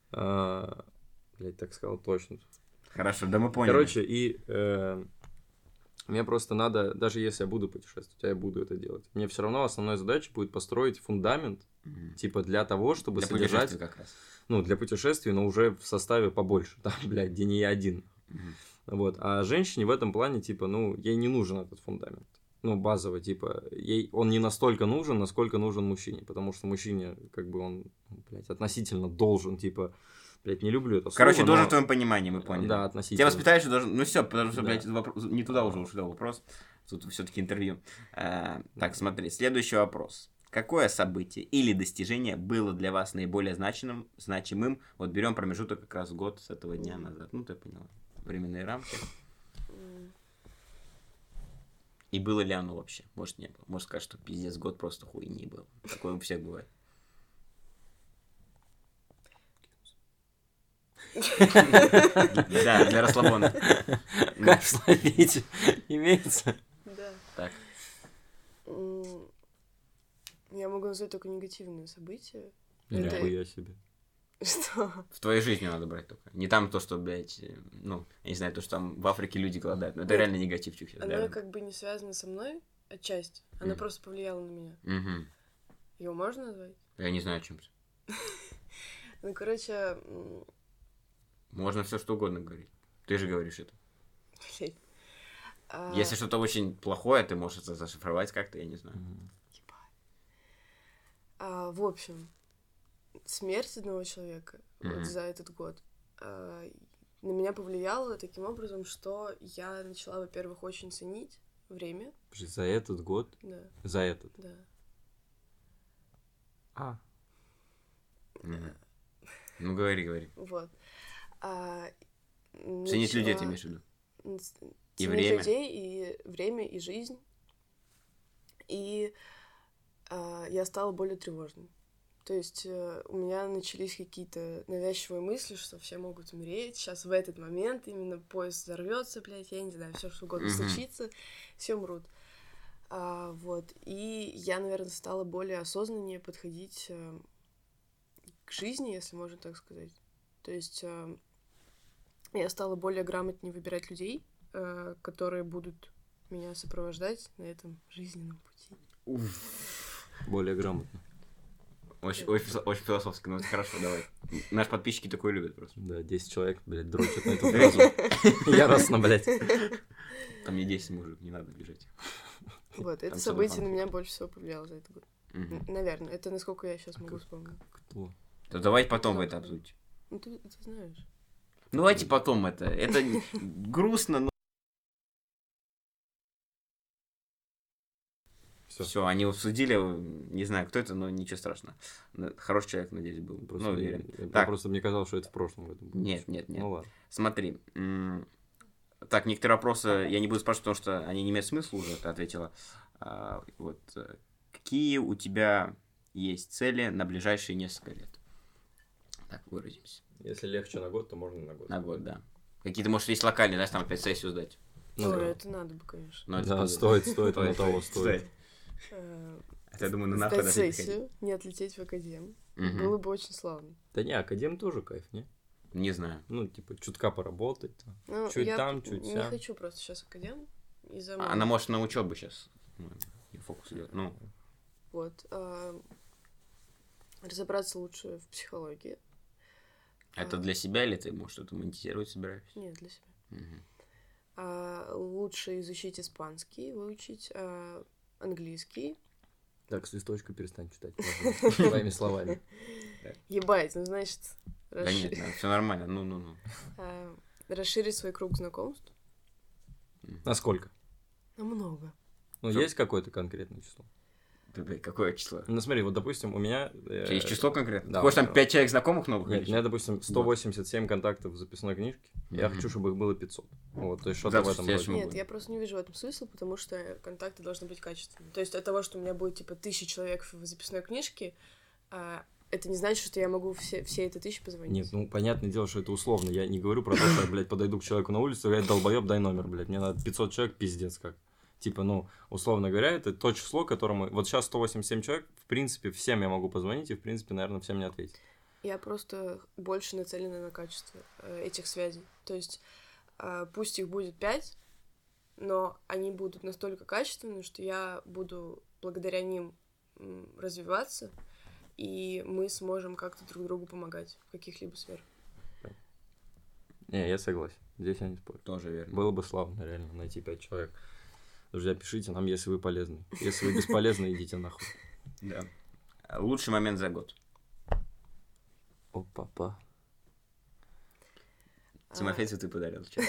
а, блядь, так сказал, точно. Хорошо, да мы поняли. Короче, и э, мне просто надо, даже если я буду путешествовать, а я буду это делать, мне все равно основная задача будет построить фундамент, Мгм. типа, для того, чтобы Для содержать... путешествий как раз. Ну, для путешествий, но уже в составе побольше, там, блядь, где не я один. Мгм. Вот. А женщине в этом плане, типа, ну, ей не нужен этот фундамент. Ну, базовый, типа, ей он не настолько нужен, насколько нужен мужчине. Потому что мужчине, как бы, он, блядь, относительно должен, типа, блядь, не люблю это слово, Короче, должен но- в твоем понимании, мы поняли. Да, относительно. Тебя воспитаешь, и должен... Ну все, потому что, Да. блядь, вопрос... не туда уже ушел вопрос. Тут все-таки интервью. А, так, смотри, следующий вопрос. Какое событие или достижение было для вас наиболее значимым, значимым? Вот берем промежуток как раз год с этого дня назад. Ну, ты поняла. Временные рамки. М, И было ли оно вообще? Может, не было. Может сказать, что пиздец, год просто хуйни был. Такое у всех бывает. Да, для расслабона. Кайф словить имеется. Да. Так. М, Я могу назвать только негативные события. Это- Нихуя себе. Что? В твоей жизни надо брать только. Не там то, что, блядь, э, ну, я не знаю, то, что там в Африке люди голодают. Но это Нет. реально негативчик сейчас. Оно как бы не связано со мной отчасти. Оно Мгм. просто повлияло на меня. Угу. Его можно назвать? Я не знаю, о чем. Ну, короче, м, Можно все что угодно говорить. Ты же говоришь это. блин. А, Если что-то очень плохое, ты можешь это зашифровать как-то, я не знаю. а, в общем, смерть одного человека Мгм. вот за этот год а, на меня повлияло таким образом, что я начала, во-первых, очень ценить время. Подожди, за этот год? Да, За этот? да. А. Мгм. Ну, говори, говори. Вот. А, Ценить людей ты начала имеешь в виду? н- с- И ценить время. людей, и время, и жизнь. И а, я стала более тревожной. То есть э, у меня начались какие-то навязчивые мысли, что все могут умереть. Сейчас в этот момент именно поезд взорвется, блядь, я не знаю, все что угодно Мгм. случится, все умрут. А, вот. И я, наверное, стала более осознаннее подходить э, к жизни, если можно так сказать. То есть э, я стала более грамотнее выбирать людей, э, которые будут меня сопровождать на этом жизненном пути. Более грамотно. Очень, очень, фило- очень философски, ну это хорошо, давай. Наши подписчики такое любят просто. Да, десять человек, блядь, дрочат на эту фразу. Яростно, блядь. Там не десять мужик, не надо бежать. Вот, это Там событие целый на фанфик. меня больше всего повлияло за этот год. Мгм. Н- Наверное, это насколько я сейчас могу вспомнить. Кто? То давайте потом вы это обсудите. Ну, ты, ты знаешь. Ну, давайте потом это. Это не- грустно, но... Все. Все, они обсудили, не знаю, кто это, но ничего страшного. Ну, хороший человек, надеюсь, был. Просто, Ну, уверен. я- Так. просто мне казалось, что это в прошлом году было. Нет, нет, нет. Ну ладно. Смотри. м, Так, некоторые вопросы я не буду спрашивать, потому что они не имеют смысла уже, ты ответила. А, вот. э, Какие у тебя есть цели на ближайшие несколько лет? Так, выразимся. Если легче на год, то можно на год. На год, да. Какие-то, может, есть локальные, да, там опять сессию сдать. Ну, Ой, да. это надо бы, конечно. Но это Да, надо. стоит, стоит, оно того стоит. Э, Это, я думаю, на нахуй Сдать даже не сессию, не отлететь в академ. ходить. Мгм. Было бы очень славно. Да не, академ тоже кайф, не? Не знаю. Ну, типа, чутка поработать. там. Ну, Чуть я там, чуть не сям. хочу просто сейчас академ из-за А мамы. Она, может, на учебу сейчас. Фокус идет. Ну, Вот. а, Разобраться лучше в психологии. это А, для себя или ты, может, что-то монетизировать собираешься? Нет, для себя. Мгм. А, Лучше изучить испанский, выучить а, английский. Так, с листочка перестань читать. пожалуйста, Своими словами. Ебать, ну, значит, Да расши- нет, все нормально. Ну, ну, ну. а, расширить свой круг знакомств. Насколько? Намного. Ну, Что? есть какое-то конкретное число? Да, блядь, какое число? Ну, смотри, вот, допустим, у меня... У тебя есть э, число конкретно? да, Хочешь там да. пять человек знакомых новых? Нет, или у меня, допустим, сто восемьдесят семь контактов в записной книжке. Я Мгм. хочу, чтобы их было пятьсот. Вот, то есть что-то Завтра в этом в следующем роде. Нет, году. я просто не вижу в этом смысла, потому что контакты должны быть качественными. То есть от того, что у меня будет, типа, тысяча человек в записной книжке, а, это не значит, что я могу все, все этой тысячи позвонить. Нет, ну, понятное дело, что это условно. Я не говорю про то, что я, блядь, подойду к человеку на улицу и говорю, долбоёб, дай номер, блядь. Мне надо пятьсот человек, пиздец как. Типа, ну, условно говоря, это то число, которому... Вот сейчас сто восемьдесят семь человек, в принципе, всем я могу позвонить, и, в принципе, наверное, всем не ответить. Я просто больше нацелена на качество э, этих связей. То есть э, пусть их будет пять, но они будут настолько качественны, что я буду благодаря ним м, развиваться, и мы сможем как-то друг другу помогать в каких-либо сферах. Не, я согласен. Здесь я не спорю. Тоже верно. Было бы славно, реально, найти пять человек. Друзья, пишите нам, если вы полезны. Если вы бесполезны, идите нахуй. Да. Лучший момент за год. О, папа. Тимофей А, цветы подарил. чё?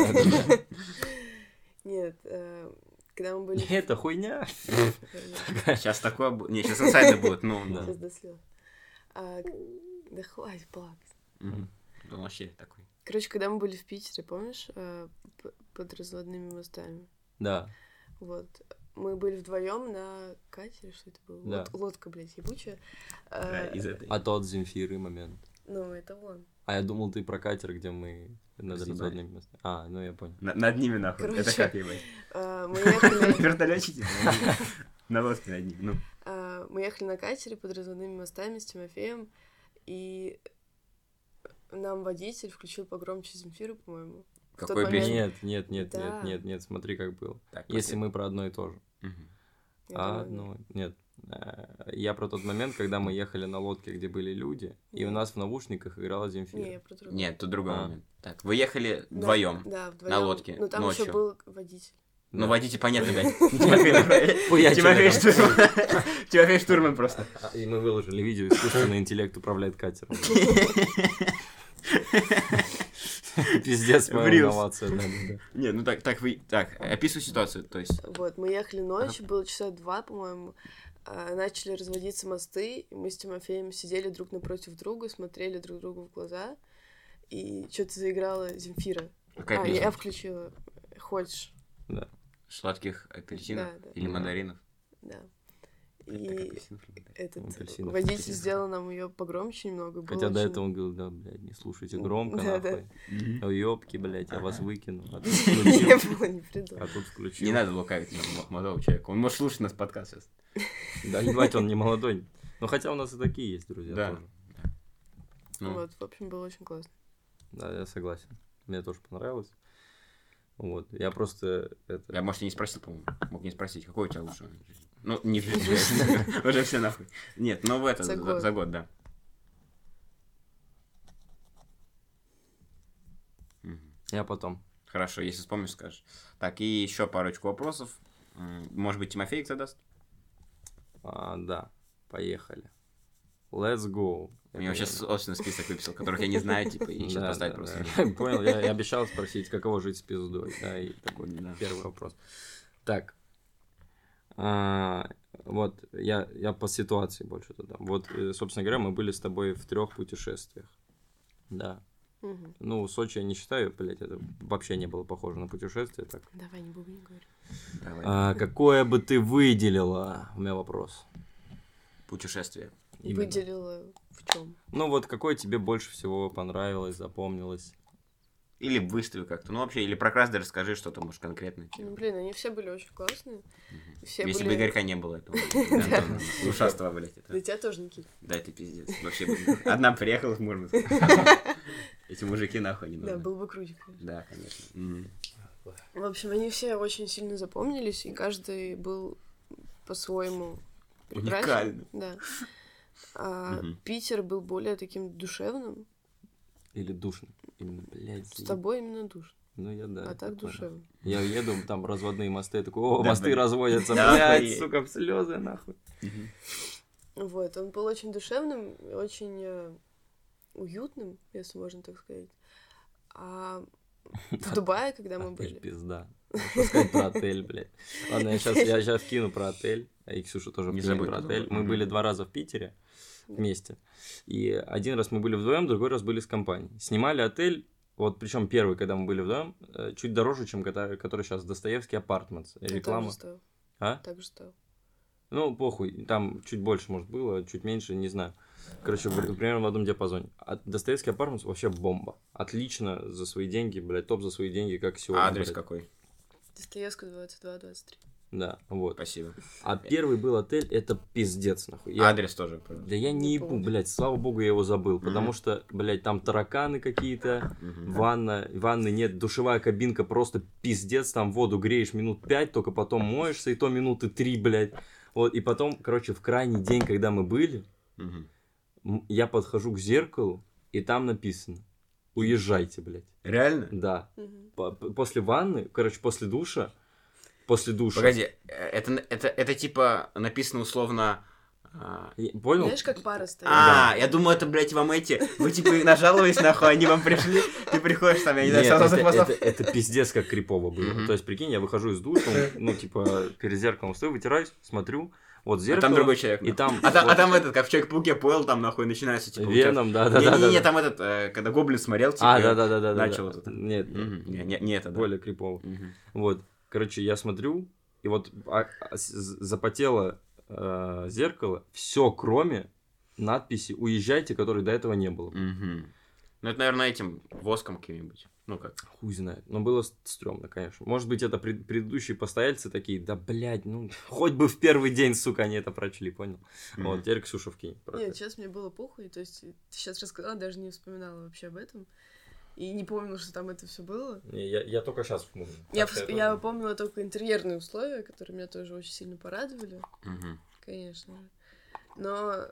Нет, э, когда мы были... Это хуйня. Сейчас такое будет. Не, сейчас инсайды будут. Ну, Да. Сейчас до слез. А, к- Да хватит плакать. Мгм. Он вообще такой. Короче, когда мы были в Питере, помнишь, э, п- под разводными мостами? Да. Вот. Мы были вдвоем на катере, что это было? Да. Лод- Лодка, блядь, ебучая. Да, А, из этой. А тот Земфиры момент. Ну, это он. А я думал, ты про катер, где мы над Съебали. разводными местами. А, ну я понял. На- Над ними нахуй. Это Короче, как ебать? А, Мы ехали, Вертолетчики? На лодке над ними. Ну. а, мы ехали на катере под разводными мостами с Тимофеем, и нам водитель включил погромче Земфиру, по-моему. В тот Какой момент- песни? Нет, нет, нет, Да. нет, нет, нет, смотри, как было. Так, Если после- мы про одно и то же. Мгм. Я А, думаю, ну, нет. Э, Я про тот момент, когда мы ехали на лодке, где были люди, и у Нет. нас в наушниках играла Не, Земфира. я про другое. Нет, тут другой А. момент. Так, вы ехали Да, вдвоем. Да, вдвоем. на лодке, Ну, там ночью. еще был водитель. Ну, Да. водите, понятно, блядь. Тимофей Хуячили Тимофей там. Штурман. Тимофей Штурман просто. А, И мы выложили видео, искусственный интеллект управляет катером. Пиздец, В моя Reels. инновация. Да, да, да. Не, ну так, так вы, так, описывай ситуацию, то есть. Вот, мы ехали ночью, было часа два, по-моему, а, начали разводиться мосты, и мы с Тимофеем сидели друг напротив друга, смотрели друг другу в глаза, и что-то заиграла Земфира. Какая а, песня? я включила «Хочешь», Да. Сладких апельсинов Да, да. или Да. мандаринов. да. И апельсин, блин, да. этот Апельсин, водитель апельсин. сделал нам ее погромче немного. было Хотя до очень- этого он говорил, да, блядь, не слушайте громко, Да, да. нахуй. Мгм. Ой, ёбки, блядь, я вас выкину. А тут Не включил. было, не придумал. А тут включил. Не надо лукавить м- молодого человека. Он может слушать нас подкаст сейчас. Да, ебать, он не молодой. Ну, хотя у нас и такие есть, друзья, Да. тоже. Ну, Вот, в общем, было очень классно. Да, я согласен. Мне тоже понравилось. Вот, я просто это... Я, может, и не спросил, по-моему. Мог не спросить, какой у тебя лучший? Ну, не в жизни. Уже все нахуй. Нет, ну в это, За за год. за год, да. Мгм. Я потом. Хорошо, если вспомнишь, скажешь. Так, и еще парочку вопросов. М, Может быть, Тимофей их задаст? А, да, поехали. Let's go. У него сейчас собственный список выписал, которых я не знаю, типа, и сейчас Да, поставить да, просто. да. Понял, я, я обещал спросить, каково жить с пиздой. Да, и такой Да. первый вопрос. Так. А, вот, я, я по ситуации больше туда. Вот, э, собственно говоря, мы были с тобой в трех путешествиях. Да. Мгм. Ну, Сочи я не считаю, блядь, это вообще не было похоже на путешествие. Так. Давай, не бубни, говори. Давай. А, какое бы ты выделила? У меня вопрос. Путешествие. Именно. Выделила в чем? Ну, вот какое тебе больше всего понравилось, запомнилось? Или выстави как-то. Ну, вообще, или про Красный расскажи что-то, может, конкретное. Ну, блин, они все были очень классные. Все Если были... бы Игорька не было этого. Ушастого, блядь. Да это- тебя тоже, Никит. Да, это пиздец. Вообще, блин, одна приехала в Мурманск. Эти мужики нахуй не Да, нужны. был бы крутик, конечно. Да, конечно. Мгм. В общем, они все очень сильно запомнились, и каждый был по-своему прекрасен. Уникальный. Да. А Мгм. Питер был более таким душевным. Или душно? Именно, блядь. С тобой именно душ. Ну, я да. а так это понял. душевно. Я еду, там разводные мосты, я такой, о, Да, мосты блин. разводятся, Да, блядь, блин. сука, в слезы, нахуй. Мгм. Вот, он был очень душевным, и очень э, уютным, если можно так сказать. А в Дубае, когда мы Отель были... пизда. Что сказать про отель, блядь. Ладно, я сейчас, я сейчас кину про отель, а и Ксюша тоже Не вкинет забудь, про не отель. забудь. Мы Мгм. были два раза в Питере вместе. И один раз мы были вдвоем, другой раз были с компанией. Снимали отель, вот причем первый, когда мы были вдвоем, э, чуть дороже, чем который, который сейчас Достоевский Апартментс. Он Реклама. так же стоял. А? Так же стоял. Ну, похуй, там чуть больше, может, было, чуть меньше, не знаю. Короче, в- примерно в одном диапазоне. А Достоевский Апартментс вообще бомба. Отлично за свои деньги, блядь, топ за свои деньги, как сегодня. А адрес блядь. какой? Достоевского двадцать два двадцать три. Да, вот. Спасибо. А первый был отель, это пиздец, нахуй. Я- Адрес тоже. пожалуйста. Да я не Не ебу, помню. блядь, слава богу, я его забыл. Потому Мгм. что, блядь, там тараканы какие-то, Мгм. ванна, ванны нет, душевая кабинка просто пиздец, там воду греешь минут пять, только потом моешься, и то минуты три, блядь. Вот, и потом, короче, в крайний день, когда мы были, Мгм. м, я подхожу к зеркалу, и там написано: уезжайте, блядь. Реально? Да. Мгм. По- п- После ванны, короче, после душа, после душа. Погоди, э, это, это, это типа написано условно... а, Я- Понял? Знаешь, как пара стоит? А, я думаю, это, блядь, вам эти... Вы, типа, нажаловались, нахуй, они вам пришли, ты приходишь там, я не знаю, Нет, сразу это, способ- это- это пиздец как крипово было. Мгм. То есть, прикинь, я выхожу из душа, ну, типа, перед зеркалом стою, вытираюсь, смотрю, вот А зеркало. там другой человек. И нахуй. там... А, там, вот а там этот, как в Человек-пауке, понял, там, нахуй, начинается, типа... Веном, да-да-да. Не-не-не, там этот, э, когда Гоблин смотрел, типа... А, и он да-да-да. начал вот это. Нет, Мгм. Не, не, не это, да. более крипово. Мгм. Вот, короче, я смотрю, и вот а, а, с- запотело э, зеркало, все кроме надписи «Уезжайте», которой до этого не было. Мгм. Ну, это, наверное, этим воском каким-нибудь. Ну, как? Хуй знает. Но было с- стрёмно, конечно. Может быть, это пред- предыдущие постояльцы такие: да, блядь, ну, хоть бы в первый день, сука, они это прочли, понял? Мгм. Вот, теперь Ксюша вкинь. Нет, сейчас мне было похуй, то есть ты сейчас рассказала, даже не вспоминала вообще об этом. И не помнила, что там это все было. Не, я, я только сейчас вспомнил. Я, Так что вс- я помнила только интерьерные условия, которые меня тоже очень сильно порадовали, Мгм. конечно же. Но э,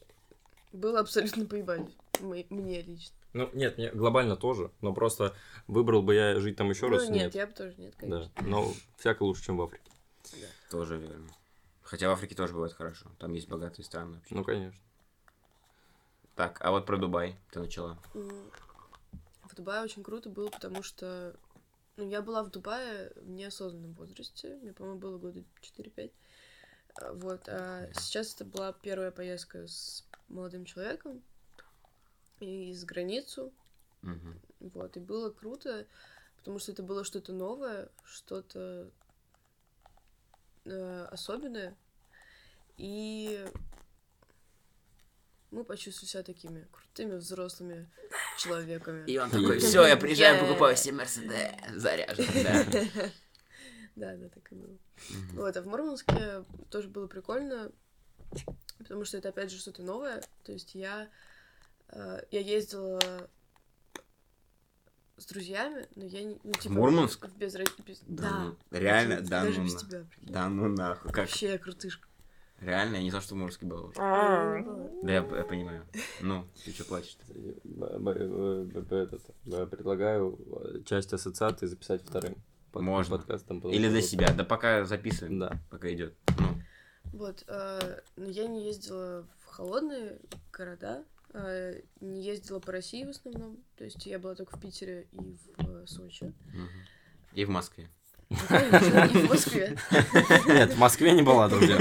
было абсолютно поебать. м- Мне лично. Ну, нет, мне глобально тоже, но просто выбрал бы я жить там еще Ну, раз, нет, я бы тоже нет, Да, конечно. но всяко лучше, чем в Африке. Тоже верно. Хотя в Африке тоже бывает хорошо. Там есть богатые страны вообще. Ну, конечно. Так, а вот про Дубай ты начала. М, В Дубае очень круто было, потому что ну, я была в Дубае в неосознанном возрасте. Мне, по-моему, было года четыре-пять. А, Вот. А сейчас это была первая поездка с молодым человеком и за границу. Мгм. Вот. И было круто, потому что это было что-то новое, что-то э, особенное. И мы почувствовали себя такими крутыми взрослыми человеками. И он такой, все, я приезжаю, Yeah. покупаю себе Мерседес, заряженный, да. Да, да, так и было. Вот, а в Мурманске тоже было прикольно, потому что это, опять же, что-то новое. То есть я, э, я ездила с друзьями, но я не... Ну, типа, Мурманск? в без... без... Да, Да. ну, реально, Прикинь, да даже ну без на- тебя, прикинь. Да ну нахуй, как? Вообще я крутышка. Реально, я не знал, что в Мурманске было. Я не была. Да, я, я понимаю. Ну, ты что плачешь? Б- б- б- б- этот, б- Предлагаю э, часть ассоциации записать вторым под- Можно. подкастом. потому Или что для вот- себя, да пока записываем, Да. пока идет. Ну, Вот, э, но я не ездила в холодные города, э, не ездила по России в основном. То есть я была только в Питере и в э, Сочи. мгм. И в Москве. Ну, конечно, и в Москве. Нет, в Москве не была, друзья.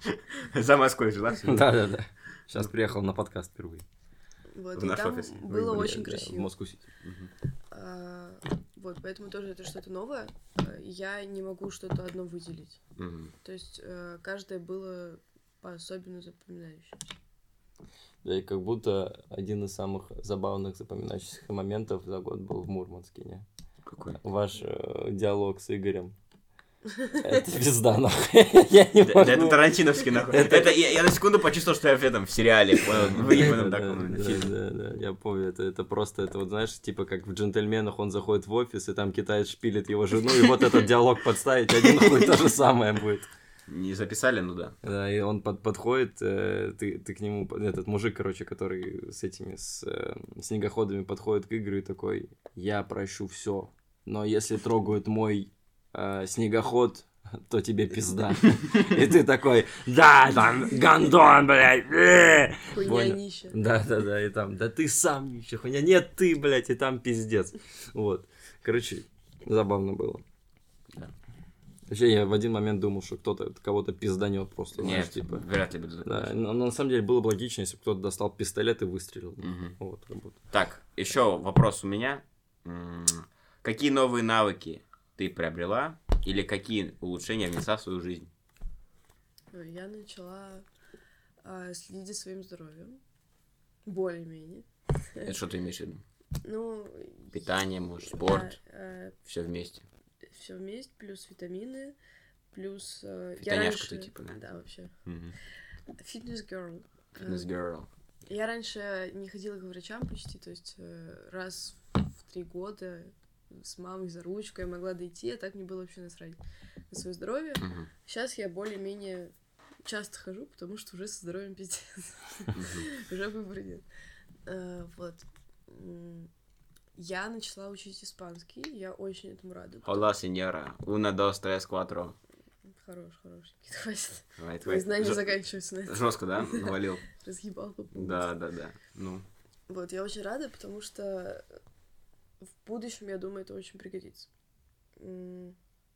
За Москвой жила? Да-да-да. Сейчас приехал на подкаст впервые. Вот, В и наш там офис. было Вы были, очень Да, В красиво. Москву-Сити. Мгм. А, Вот, поэтому тоже это что-то новое. А, Я не могу что-то одно выделить. Мгм. То есть э, каждое было по-особенно запоминающимся. Да, и как будто один из самых забавных, запоминающихся моментов за год был в Мурманске, не? Какой? Ваш э, диалог с Игорем. Это пизда, нахуй. Я не Да, да это могу. тарантиновский, нахуй. Это я, я на секунду почувствовал, что я в этом в сериале, понял, в выебанном Да, таком да, фильме. да, да, я помню, это, это просто, это вот знаешь, типа как в «Джентльменах» он заходит в офис, и там китаец шпилит его жену, и вот этот диалог подставить, один хуй то же самое будет. Не записали, ну да. Да, и он под, подходит, э, ты, ты к нему, этот мужик, короче, который с этими, с э, снегоходами подходит к Игорю и такой, я прощу все, но если трогают мой э, снегоход, то тебе пизда. И ты такой, да, там, гандон, блядь, э!» Хуйня Понял. нищая. Да-да-да, и там, да ты сам ничего, хуйня, нет, ты, блядь, и там пиздец. Вот, короче, забавно было. Да. Вообще, я в один момент думал, что кто-то кого-то пизданет просто, знаешь, Нет, типа. вряд ли будет. Да, но, но на самом деле было бы логично, если бы кто-то достал пистолет и выстрелил. Мгм. Вот, как будто. Так, еще вопрос у меня. М, Какие новые навыки ты приобрела или какие улучшения внесла в свою жизнь? Ну, Я начала а, следить за своим здоровьем. Более-менее. Это что ты имеешь в виду? Ну, Питание, может, спорт, все вместе. Все вместе, плюс витамины, плюс... э, я Фитоняшка ты, раньше... типа, да? Да, вообще. Мгм. Фитнес-герл. Fitness girl. Я раньше не ходила к врачам почти, то есть э, раз в три года с мамой за ручку я могла дойти, а так мне было вообще насрать на свое здоровье. Мгм. Сейчас я более-менее часто хожу, потому что уже со здоровьем пиздец. Мгм. Уже выбора нет. Э, Вот. М, Я начала учить испанский, я очень этому рада. Hola, señora. Uno, dos, tres, cuatro. Хорош, хорош. Никита, хватит. Давай, Твои знания Ж- заканчиваются на этом. Жестко, да? Навалил. Разъебал по полу. Да, да, да. Ну, Вот, я очень рада, потому что в будущем, я думаю, это очень пригодится. М,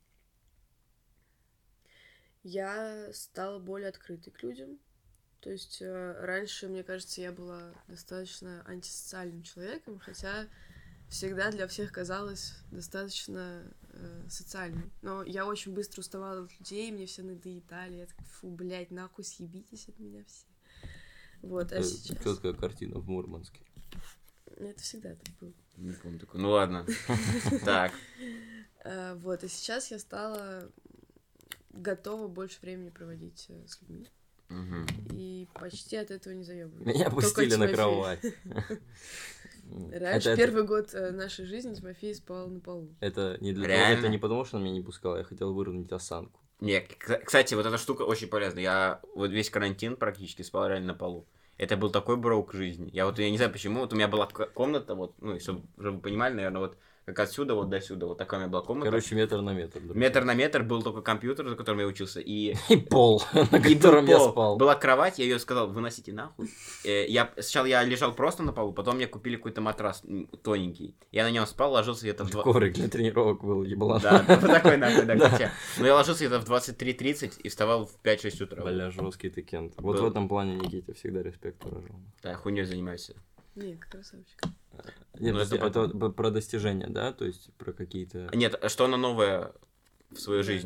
Я стала более открытой к людям. То есть э, раньше, мне кажется, я была достаточно антисоциальным человеком, хотя всегда для всех казалась достаточно э, социальной. Но я очень быстро уставала от людей, мне все надоедали. Я такая, фу, блядь, нахуй съебитесь от меня все. Вот, а сейчас... Четкая картина в Мурманске. Это всегда так было. не помню такой. Ну ладно. Так. А, Вот, и сейчас я стала готова больше времени проводить э, с людьми. Мгм. И почти от этого не заебываюсь. Меня Только пустили на Тимофей. кровать. Раньше Это- первый год э, нашей жизни Тимофей спал на полу. Это не для Реально? того, это не потому, что он меня не пускал, я хотел выровнять осанку. Не, к- кстати, вот эта штука очень полезна. Я вот весь карантин практически спал реально на полу. Это был такой броук жизни. Я вот, я не знаю почему, вот у меня была к- комната, вот, ну, чтобы вы понимали, наверное, вот как отсюда вот до сюда, вот такая у меня была комната. Короче, метр на метр. друзья. Метр на метр был только компьютер, за которым я учился, и... И пол, на и был котором я пол. спал. Была кровать, я ее сказал, выносите нахуй. Э, Я, сначала я лежал просто на полу, потом мне купили какой-то матрас м, тоненький. Я на нем спал, ложился где-то в... два- Коврик для тренировок был, еблан. Да, вот такой нахуй, да, Да. кстати. Но я ложился где-то в двадцать три тридцать и вставал в пять-шесть утра. Бля, жесткий ты Кент. Вот Был. в этом плане Никите всегда респект выражал. Да, хуйней занимаюсь. Не, красавчик. Нет, Ну, подожди, это это, потом. вот про достижения, да? То есть про какие-то... Нет, что оно новое в своей Да. жизни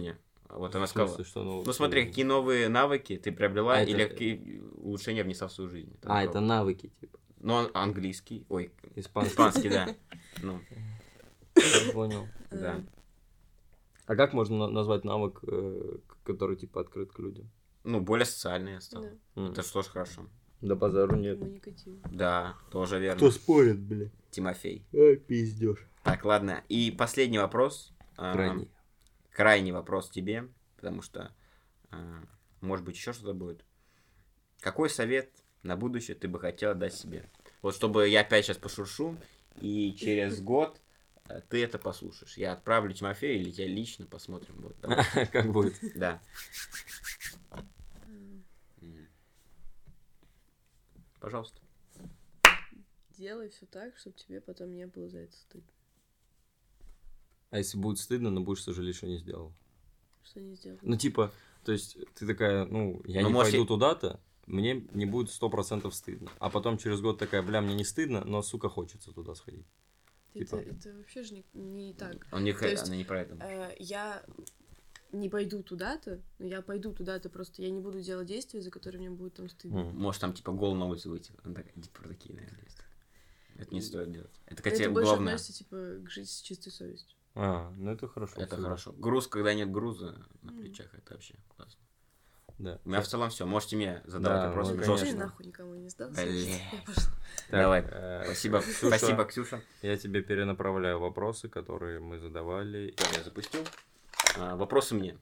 Вот она В сказала. смысле, что новое? Ну смотри, какие новые навыки ты приобрела А или это- какие улучшения внесла в свою жизнь. Там А, про- это навыки, типа. Ну, ан- английский, ой, Испанский. испанский, да. Ну, Я понял. да. А как можно на- назвать навык, э, к- который, типа, открыт к людям? Ну, более социальный я стал. Да. М. Это что ж хорошо. Да базару нет. Коммуникативно. Да, тоже верно. Кто спорит, бля? Тимофей. Ай, пиздёж. Так, ладно. И последний вопрос. а, Крайний. крайний вопрос тебе, потому что, а, может быть, еще что-то будет. Какой совет на будущее ты бы хотела дать себе? Вот чтобы я опять сейчас пошуршу, и через год а, ты это послушаешь. Я отправлю Тимофею или я лично посмотрим. Вот, давай. Как будет? Да. М, М. Пожалуйста. Делай все так, чтобы тебе потом не было за это стыдно. А если будет стыдно, но будешь сожалеть, что не сделал? Что не сделал. Ну, типа, то есть, ты такая, ну, я Ну, не может, пойду и- туда-то, мне не будет сто процентов стыдно. А потом через год такая, бля, мне не стыдно, но, сука, хочется туда сходить. Это, типа- это вообще же не, не так. Он не, То есть, она не про это. Э, я не пойду туда-то, но я пойду туда-то, просто я не буду делать действия, за которые мне будет там стыдно. М. Может, там, типа, гол на улицу выйти. Он так- типа, такие, наверное, есть. Это не стоит делать. Это, Но хотя это больше главное. относится, типа, к жить с чистой совестью. А, ну это хорошо. Это всегда. хорошо. Груз, когда нет груза на Мгм. плечах, это вообще классно. Да. У меня в целом все. Можете мне задавать Да, вопросы ну, Неужели конечно. жестко. нахуй никому не сдался? Бля. Я пошла. Так, Давай. э, Спасибо, Ксюша, спасибо, Ксюша. Я тебе перенаправляю вопросы, которые мы задавали. Я запустил. А, вопросы мне.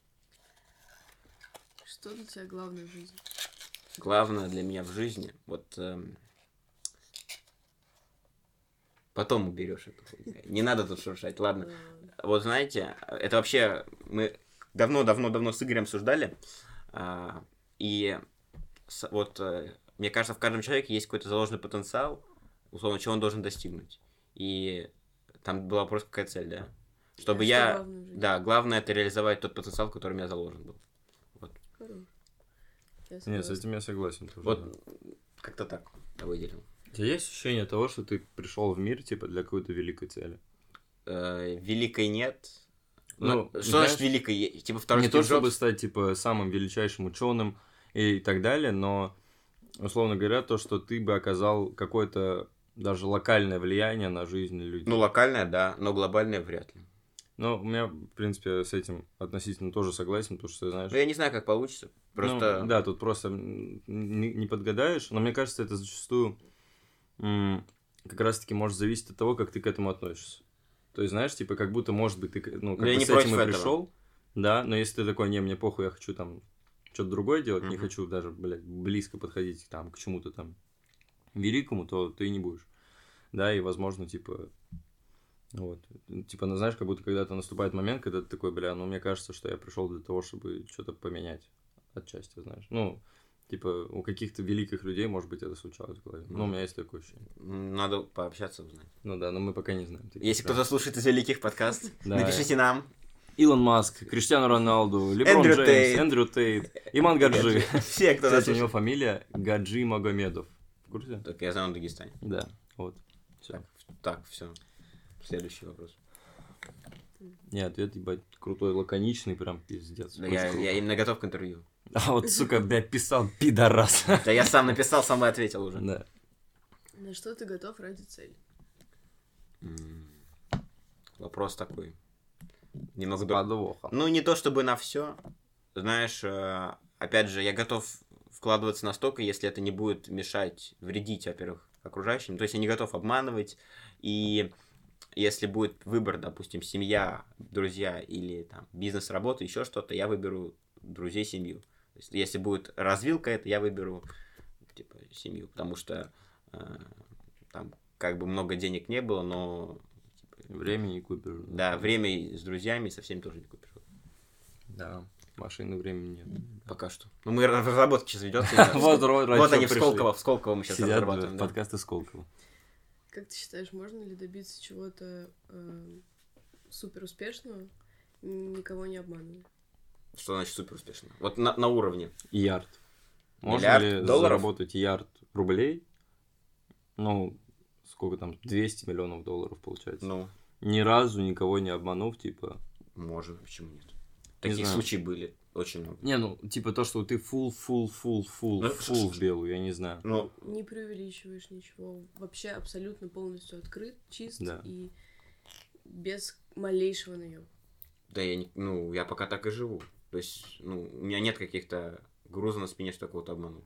Что для тебя главное в жизни? Главное для меня в жизни, вот эм, потом уберешь эту хуйню. Не надо тут шуршать, ладно. Э, Вот знаете, это вообще мы давно-давно-давно с Игорем обсуждали, а, и с- вот э, мне кажется, в каждом человеке есть какой-то заложенный потенциал, условно, чего он должен достигнуть. И там был вопрос, какая цель, да? Чтобы а что я... главное в жизни? Да, главное это реализовать тот потенциал, который у меня заложен был. Хорош. Я Нет, с согласна. этим я согласен тоже. Вот да. как-то так я выделил. У тебя есть ощущение того, что ты пришел в мир, типа, для какой-то великой цели? Э, великой нет. Ну, Ну, что знаешь, значит великой? Е- Типа второй Не Стив то, чтобы Джобс? стать, типа, самым величайшим ученым и так далее, но, условно говоря, то, что ты бы оказал какое-то даже локальное влияние на жизнь людей. Ну, локальная, да, но глобальная вряд ли. Но у меня, в принципе, с этим относительно тоже согласен, потому что, знаешь... Ну, я не знаю, как получится. Просто... Ну, да, тут просто м, не, не подгадаешь, но мне кажется, это зачастую м, как раз-таки может зависеть от того, как ты к этому относишься. То есть, знаешь, типа, как будто, может быть, ты к- ну, как я бы не с этим против и этого. пришел, да, но если ты такой, не, мне похуй, я хочу там что-то другое делать, не Мгм. хочу даже, блядь, близко подходить там, к чему-то там великому, то ты и не будешь. Да, и, возможно, типа, вот, типа, ну, знаешь, как будто когда-то наступает момент, когда ты такой, бля, ну, мне кажется, что я пришел для того, чтобы что-то поменять отчасти, знаешь. Ну, типа, у каких-то великих людей, может быть, это случалось в голове. Ну, у меня есть такое ощущение. М, Надо пообщаться, узнать. Ну да, но мы пока не знаем. таких Если прав. кто-то слушает из великих подкаст, Да. напишите нам. Илон Маск, Криштиану Роналду, Леброн Эндрю Джеймс, Тейт. Эндрю Тейт, Иман Гаджи. Все, кто нас Кстати, у него слушает. фамилия Гаджи Магомедов. В курсе? Так, я знаю, он в Дагестане. Да, вот. Все. Так, так, все. Следующий вопрос. Не, ответ, ебать, крутой, лаконичный, прям пиздец. Да Очень я, круто. я именно готов к интервью. А вот, сука, блядь, писал пидорас. Да я сам написал, сам и ответил уже. Да. На что ты готов ради цели? М, Вопрос такой. Немного С др- подвохом. Ну, не то чтобы на все. Знаешь, э, опять же, я готов вкладываться настолько, если это не будет мешать, вредить, во-первых, окружающим. То есть я не готов обманывать. И если будет выбор, допустим, семья, друзья или там бизнес, работа, еще что-то, я выберу друзей, семью. То есть, если будет развилка, это я выберу типа семью, потому что э, там как бы много денег не было, но типа, Времени не купишь. да, время и с друзьями совсем тоже не купишь. Да, машины времени нет. Пока что. Ну, мы разработки сейчас ведется. Вот, ро- ради Вот чего они в пришли. Сколково, в Сколково мы сейчас Сидят разрабатываем. в да. подкасты Сколково. Как ты считаешь, можно ли добиться чего-то э, супер успешного, никого не обманывая? Что значит супер успешно? Вот на, на уровне. Ярд. Можно Миллиард ли долларов? заработать ярд рублей? Ну, сколько там, двести миллионов долларов получается. Ну, Ни разу никого не обманув, типа, может, почему нет? Таких случаев были очень много. Не, ну, типа то, что ты full, full, full, full, Ну, full в белую, я не знаю. Ну, Не преувеличиваешь ничего. Вообще абсолютно полностью открыт, чист Да. и без малейшего наёба. да, я не, ну, я пока так и живу. То есть, ну, у меня нет каких-то груза на спине, что я кого-то обманул.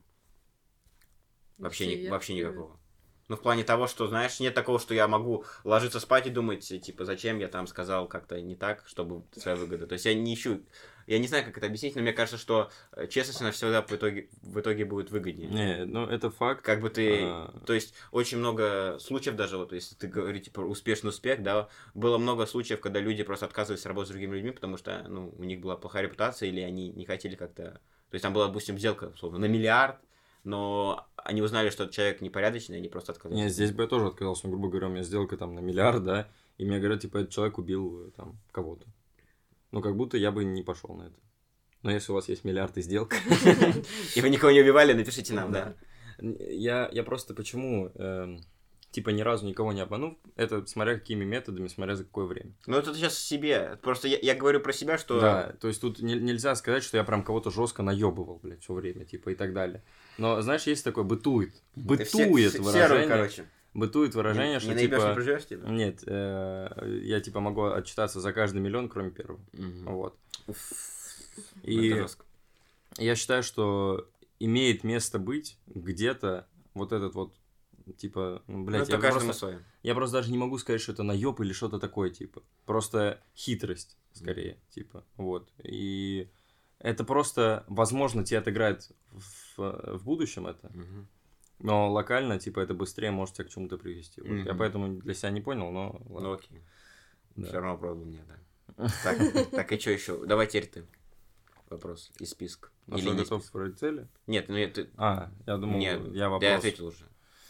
Вообще, Все, ни- я вообще привет. никакого. Ну, в плане того, что, знаешь, нет такого, что я могу ложиться спать и думать, типа, зачем я там сказал как-то не так, чтобы своя выгода. То есть я не ищу, я не знаю, как это объяснить, но мне кажется, что э, честность, она всегда в итоге, в итоге будет выгоднее. Не, ну, это факт. Как бы ты, А. то есть очень много случаев даже, вот если ты говорите про успешный успех, да, было много случаев, когда люди просто отказывались работать с другими людьми, потому что, ну, у них была плохая репутация, или они не хотели как-то, то есть там была, допустим, сделка, условно, на миллиард, но они узнали, что этот человек непорядочный, они просто отказались. Не, здесь бы я тоже отказался, ну, грубо говоря, у меня сделка там на миллиард, да, и мне говорят, типа, этот человек убил э, там кого-то. Ну, как будто я бы не пошел на это. Но если у вас есть миллиард и сделка... И вы никого не убивали, напишите нам, да. Я, я просто почему, эм, типа, ни разу никого не обманул, это смотря какими методами, смотря за какое время. Ну, это сейчас себе. Просто я, я говорю про себя, что... Да, то есть тут не- нельзя сказать, что я прям кого-то жестко наебывал, блядь, все время, типа, и так далее. Но, знаешь, есть такое, бытует, Ты все- бытует все- выражение, серую, короче. бытует выражение, Не, что, не наебёшь, типа... не проживёшь, типа? Нет, э, я, типа, могу отчитаться за каждый миллион, кроме первого. Мгм. Вот. Это И жестко. я считаю, что имеет место быть где-то вот этот вот, типа, ну, Ну, блядь, это я каждому просто, свое. я просто даже не могу сказать, что это наеб или что-то такое, типа. Просто хитрость, скорее, типа, вот. И это просто, возможно, тебе отыграет в, в будущем это, Мгм. но локально, типа, это быстрее может тебя к чему-то привести. Вот. Я Мгм. поэтому для себя не понял, но ладно. Ну, окей. Да. Все равно вопрос был мне, да. Так, так, и что еще? Давай теперь ты. Вопрос из списка. А Или что, не готов списка. строить цели? Нет, ну это... А, я думал, Нет, я вопрос. я ответил уже.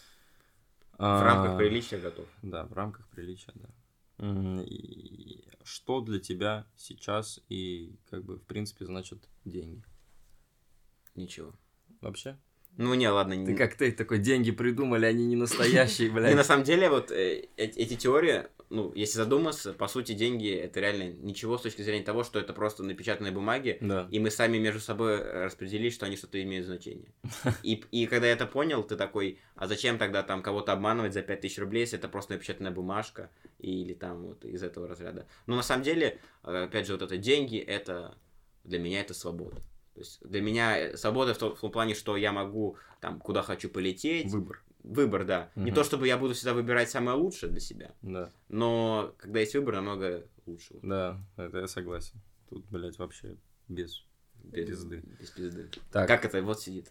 А, В рамках приличия готов. Да, в рамках приличия, да. М, и что для тебя сейчас и, как бы, в принципе, значит деньги? Ничего. Вообще? Ну, не, ладно. Ты не- как ты такой, деньги придумали, они не настоящие, И на блядь. самом деле, вот э, э- эти теории, ну, если задуматься, по сути, деньги это реально ничего с точки зрения того, что это просто напечатанные бумаги, Да. и мы сами между собой распределили, что они что-то имеют значение. И, и когда я это понял, ты такой, а зачем тогда там кого-то обманывать за пять тысяч рублей, если это просто напечатанная бумажка, или там вот из этого разряда. Но на самом деле, э, опять же, вот это деньги, это для меня это свобода. То есть для меня свобода в том, в том плане, что я могу там куда хочу полететь. Выбор. Выбор, да. Не Мгм. то, чтобы я буду всегда выбирать самое лучшее для себя, Да. но когда есть выбор, намного лучше. Да, это я согласен. Тут, блядь, вообще без Без пизды. Без пизды. Так. Как это? Вот сидит.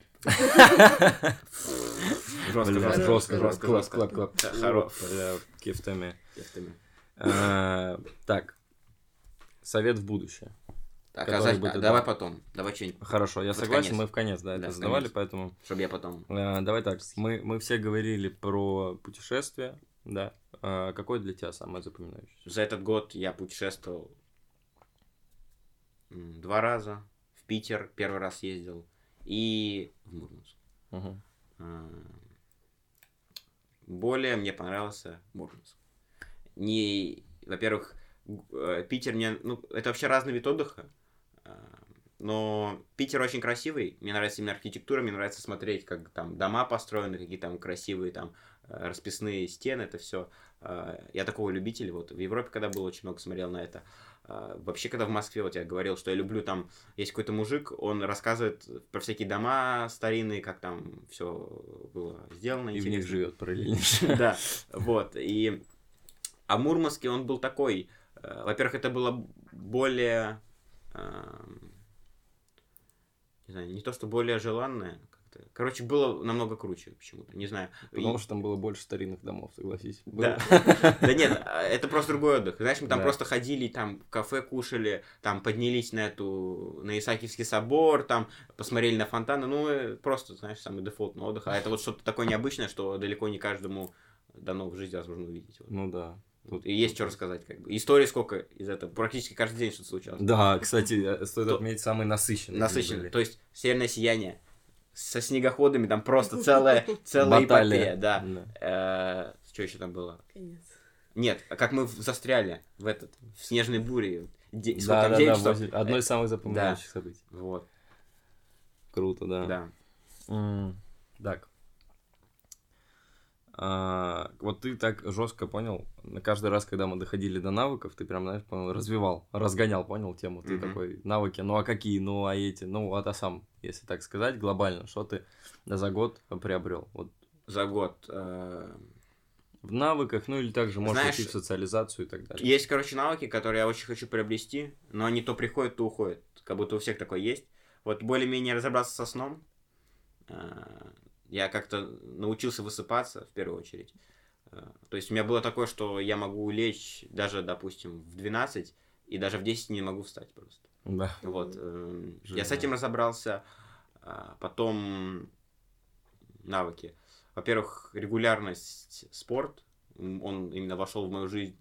Жестко, Бля, жестко, жестко, жестко, клап, жестко. клап, клап. Да, хоро- Бля, кефтами. Кефтами. Э, Так, совет в будущее. Так, а Который за- бы а ты давай дал. потом. Давай что-нибудь, Хорошо, я В согласен, конец. мы в конец, да, Да, это в задавали, конец. поэтому... чтобы я потом... Э, Давай так, мы, мы все говорили про путешествия, да. Э, Какое для тебя самое запоминающееся? За этот год я путешествовал м, два раза. В Питер первый раз ездил. И в Мурманск. Мгм. А, Более мне понравился Мурманск. Не, во-первых, г- э, Питер мне, ну, это вообще разный вид отдыха, а, но Питер очень красивый. Мне нравится именно архитектура, мне нравится смотреть, как там дома построены, какие там красивые там э, расписные стены, это все. Я такого любитель. Вот в Европе, когда был, очень много смотрел на это. А, Вообще, когда в Москве, вот я говорил, что я люблю там, есть какой-то мужик, он рассказывает про всякие дома старинные, как там все было сделано. И в них интересно. живет параллельно. Да, вот. И... А в Мурманске он был такой... э, Во-первых, это было более... эм, Не знаю, не то, что более желанное. как-то. Короче, было намного круче почему-то. Не знаю. Потому И- что там было больше старинных домов, согласись. Да. Было. Да нет, а, это просто другой отдых. Знаешь, мы там Да. просто ходили, там в кафе кушали, там поднялись на эту, на Исаакиевский собор, там посмотрели на фонтаны. Ну, э, просто, знаешь, самый дефолтный отдых. А это вот что-то такое необычное, что далеко не каждому дано в жизни возможно увидеть. Вот. Ну да. Тут- И есть что рассказать, как бы. Истории сколько из этого. Практически каждый день что-то случалось. Да, кстати, э, стоит То- отметить, самые насыщенные. Насыщенно. были. То есть северное сияние со снегоходами, там просто целая, целая Баталия. эпопея, да. Что еще там было? Конец. Нет, а как мы в- застряли в этот, в снежной буре. де- сколько Да, там, да, девять да, часов? восемь- одно из Э, самых запоминающихся событий. Вот, Круто, да. да. М, Так. А, вот ты так жестко понял, на каждый раз, когда мы доходили до навыков, ты прям, знаешь, понял, развивал, разгонял, понял тему. Ты Мгм. такой, навыки, ну а какие, ну а эти, ну а сам, если так сказать, глобально, что ты за год приобрел? Вот За год. э, в навыках, ну или также можешь Знаешь, идти в социализацию и так далее. Есть, короче, навыки, которые я очень хочу приобрести, но они то приходят, то уходят. Как будто у всех такое есть. Вот более-менее разобраться со сном. э, Я как-то научился высыпаться, в первую очередь. Э, То есть у меня было такое, что я могу лечь даже, допустим, в двенадцать, и даже в десять не могу встать просто. Да. Вот. Мгм. э, Жирно. Я с этим разобрался. А, Потом навыки. Во-первых, регулярность, спорт. М, Он именно вошел в мою жизнь.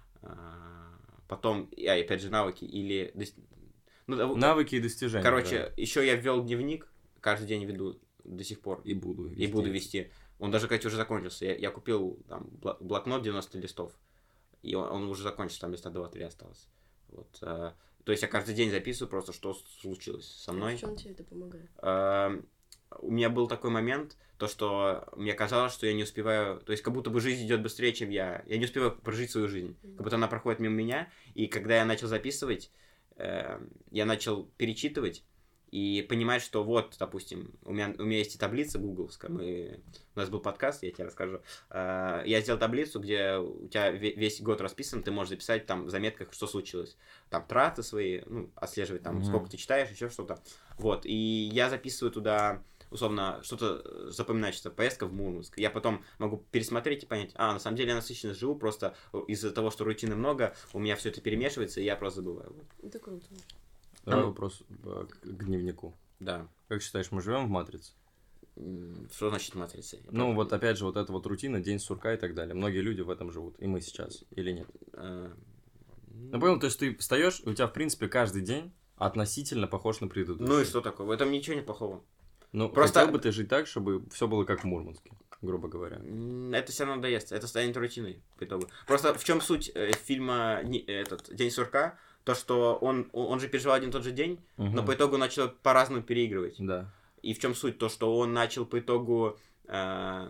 А, Потом, и, а, и опять же, навыки или... дос- Ну, да, Навыки и достижения. короче, еще я ввел дневник. Каждый день веду до сих пор. да. И буду. И буду вести. Он даже, кстати, уже закончился. Я, я купил там бла- блокнот девяносто листов. И он, он уже закончился. Там листа два-три осталось. Вот. а, То есть я каждый день записываю просто, что случилось со мной. В чем тебе это помогает? А, У меня был такой момент, то, что мне казалось, что я не успеваю... То есть как будто бы жизнь идет быстрее, чем я. Я не успеваю прожить свою жизнь. Как будто она проходит мимо меня. И когда я начал записывать, э, я начал перечитывать и понимать, что вот, допустим, у меня, у меня есть и таблица гугловская. Мы... У нас был подкаст, я тебе расскажу. Э, Я сделал таблицу, где у тебя ве- весь год расписан, ты можешь записать там в заметках, что случилось. Там траты свои, ну, отслеживать там, Мгм. сколько ты читаешь, еще что-то. Вот, и я записываю туда... условно, что-то запоминается, поездка в Мурманск. Я потом могу пересмотреть и понять, а, на самом деле я насыщенно живу, просто из-за того, что рутины много, у меня все это перемешивается, и я просто забываю. Вот. Это круто. Давай Там- вопрос э, к к дневнику. Да. Как считаешь, мы живем в матрице? М, Что значит матрица? Я Ну, правда- вот опять же, вот эта вот рутина, день сурка и так далее. Многие люди в этом живут. И мы сейчас. Или нет? Э, Ну, понял, то есть ты встаешь, и у тебя, в принципе, каждый день относительно похож на предыдущий. Ну и что такое? В этом ничего нет плохого. Ну, Просто- хотел бы ты жить так, чтобы все было как в Мурманске, грубо говоря. М, Это все равно надоест. Это станет рутиной по итогу. Просто в чем суть э, фильма не- этот День сурка? То, что он, он он же переживал один и тот же день, но Мгм. по итогу начал по-разному переигрывать. Да. И в чем суть? То, что он начал по итогу э,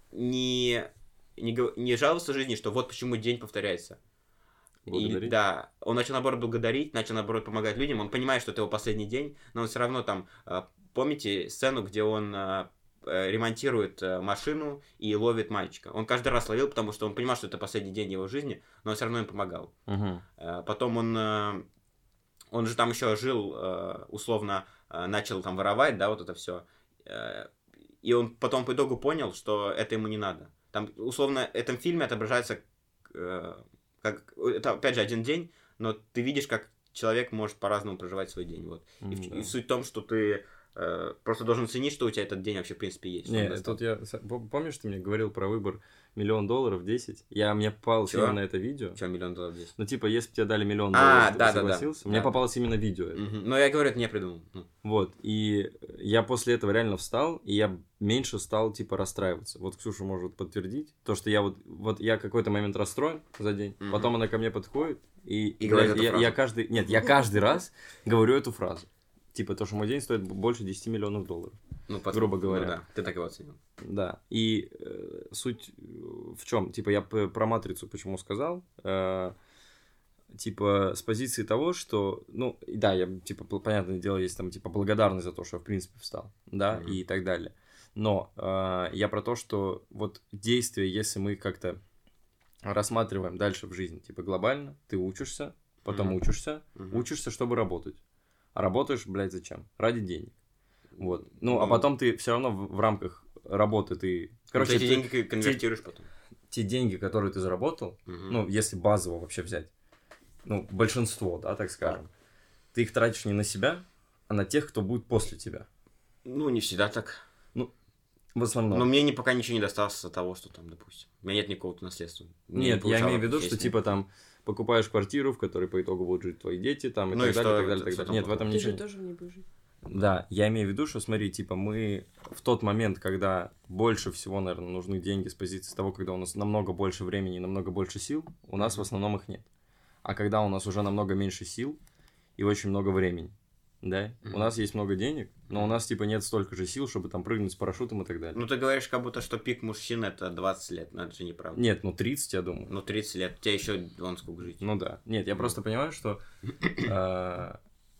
не, не, гов- не жаловаться жизни, что вот почему день повторяется. И, Благодарить? да, он начал, наоборот, благодарить, начал, наоборот, помогать людям. Он понимает, что это его последний день, но он все равно там... э, помните сцену, где он э, э, ремонтирует э, машину и ловит мальчика? Он каждый раз ловил, потому что он понимал, что это последний день его жизни, но он все равно им помогал. Мгм. Э, Потом он, э, он же там еще жил, э, условно, э, начал там воровать, да, вот это все. И он потом по итогу понял, что это ему не надо. Там, условно, в этом фильме отображается, э, как, это опять же один день, но ты видишь, как человек может по-разному проживать свой день. Вот. И, в- М-да. и суть в том, что ты э, просто должен ценить, что у тебя этот день вообще, в принципе, есть. что он Не, достал. тут я... с- пом- Помнишь, ты мне говорил про выбор миллион долларов, десять? Я, мне попалось Чего? именно это видео. Чё, миллион долларов здесь? Ну, типа, если бы тебе дали миллион А, долларов, ты да, бы да, да. согласился? Мне Да. попалось именно видео это. Мгм. Но я говорю, это не я придумал. Ну. Вот, и я после этого реально встал, и я меньше стал, типа, расстраиваться. Вот Ксюша может подтвердить, то, что я вот, вот я какой-то момент расстроен за день, Мгм. потом она ко мне подходит, и, И говорит блядь, эту я, фразу. я каждый, нет, я каждый раз говорю эту фразу. Типа, то, что мой день стоит больше десять миллионов долларов. Ну, под- Грубо ну говоря. да, ты так его оценил. Да, и э, суть э, в чем? Типа, я п- про матрицу почему сказал? Э, типа, с позиции того, что, ну, и да, я, типа, пл- понятное дело, есть там, типа, благодарность за то, что я, в принципе, встал, да, Мгм. и так далее. Но э, я про то, что вот действия, если мы как-то рассматриваем дальше в жизни, типа, глобально, ты учишься, потом Мгм. учишься, Мгм. учишься, чтобы работать. А работаешь, блядь, зачем? Ради денег. Вот. Ну, а Ну, потом ты все равно в, в рамках работы ты... Короче, Короче, эти ты- деньги кон- конвертируешь потом. те деньги, которые ты заработал, Мгм. ну, если базово вообще взять, ну, большинство, да, так скажем, ты их тратишь не на себя, а на тех, кто будет после тебя. Ну, не всегда так. В основном. Но мне не, пока ничего не досталось от того, что там, допустим. У меня нет никакого наследства. Мне не Нет, я получало имею в виду, что чести. типа там покупаешь квартиру, в которой по итогу будут жить твои дети, там и Ну и так что, далее, и так далее, что так там далее. Нет, в этом Ты ничего же нет. тоже в ней будешь жить. Да, я имею в виду, что смотри, типа мы в тот момент, когда больше всего, наверное, нужны деньги с позиции того, когда у нас намного больше времени, намного больше сил, у нас в основном их нет. а когда у нас уже намного меньше сил и очень много времени, да, Мгм. у нас есть много денег, но у нас, типа, нет столько же сил, чтобы там прыгнуть с парашютом и так далее. Ну, ты говоришь, как будто, что пик мужчин это двадцать лет, но это же неправда. Нет, ну тридцать, я думаю. Ну, тридцать лет, у тебя еще вон сколько жить. Ну да. Нет, я Ну. просто понимаю, что а,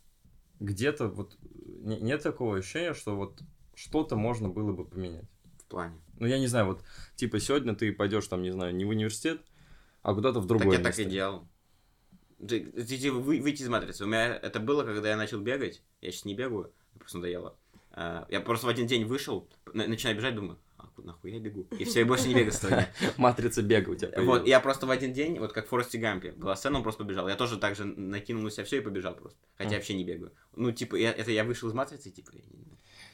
где-то вот не- нет такого ощущения, что вот что-то можно было бы поменять. В плане. Ну, я не знаю, вот, типа, сегодня ты пойдешь там, не знаю, не в университет, а куда-то в Так другое я так место. и делал. Ты, ты, ты вы- выйти из матрицы. У меня это было, когда я начал бегать. Я сейчас не бегаю, мне просто надоело. А, Я просто в один день вышел, на- начинаю бежать, думаю, а куда нахуй я бегу? И все, я больше не бегаю с того дня. Матрица бега у тебя Вот, появилась. я просто в один день, вот как в Форесте Гампе, была сцена, он просто побежал. Я тоже так же накинул на себя все и побежал просто. Хотя я Мгм. вообще не бегаю. Ну, типа, я, это я вышел из матрицы, типа, я не,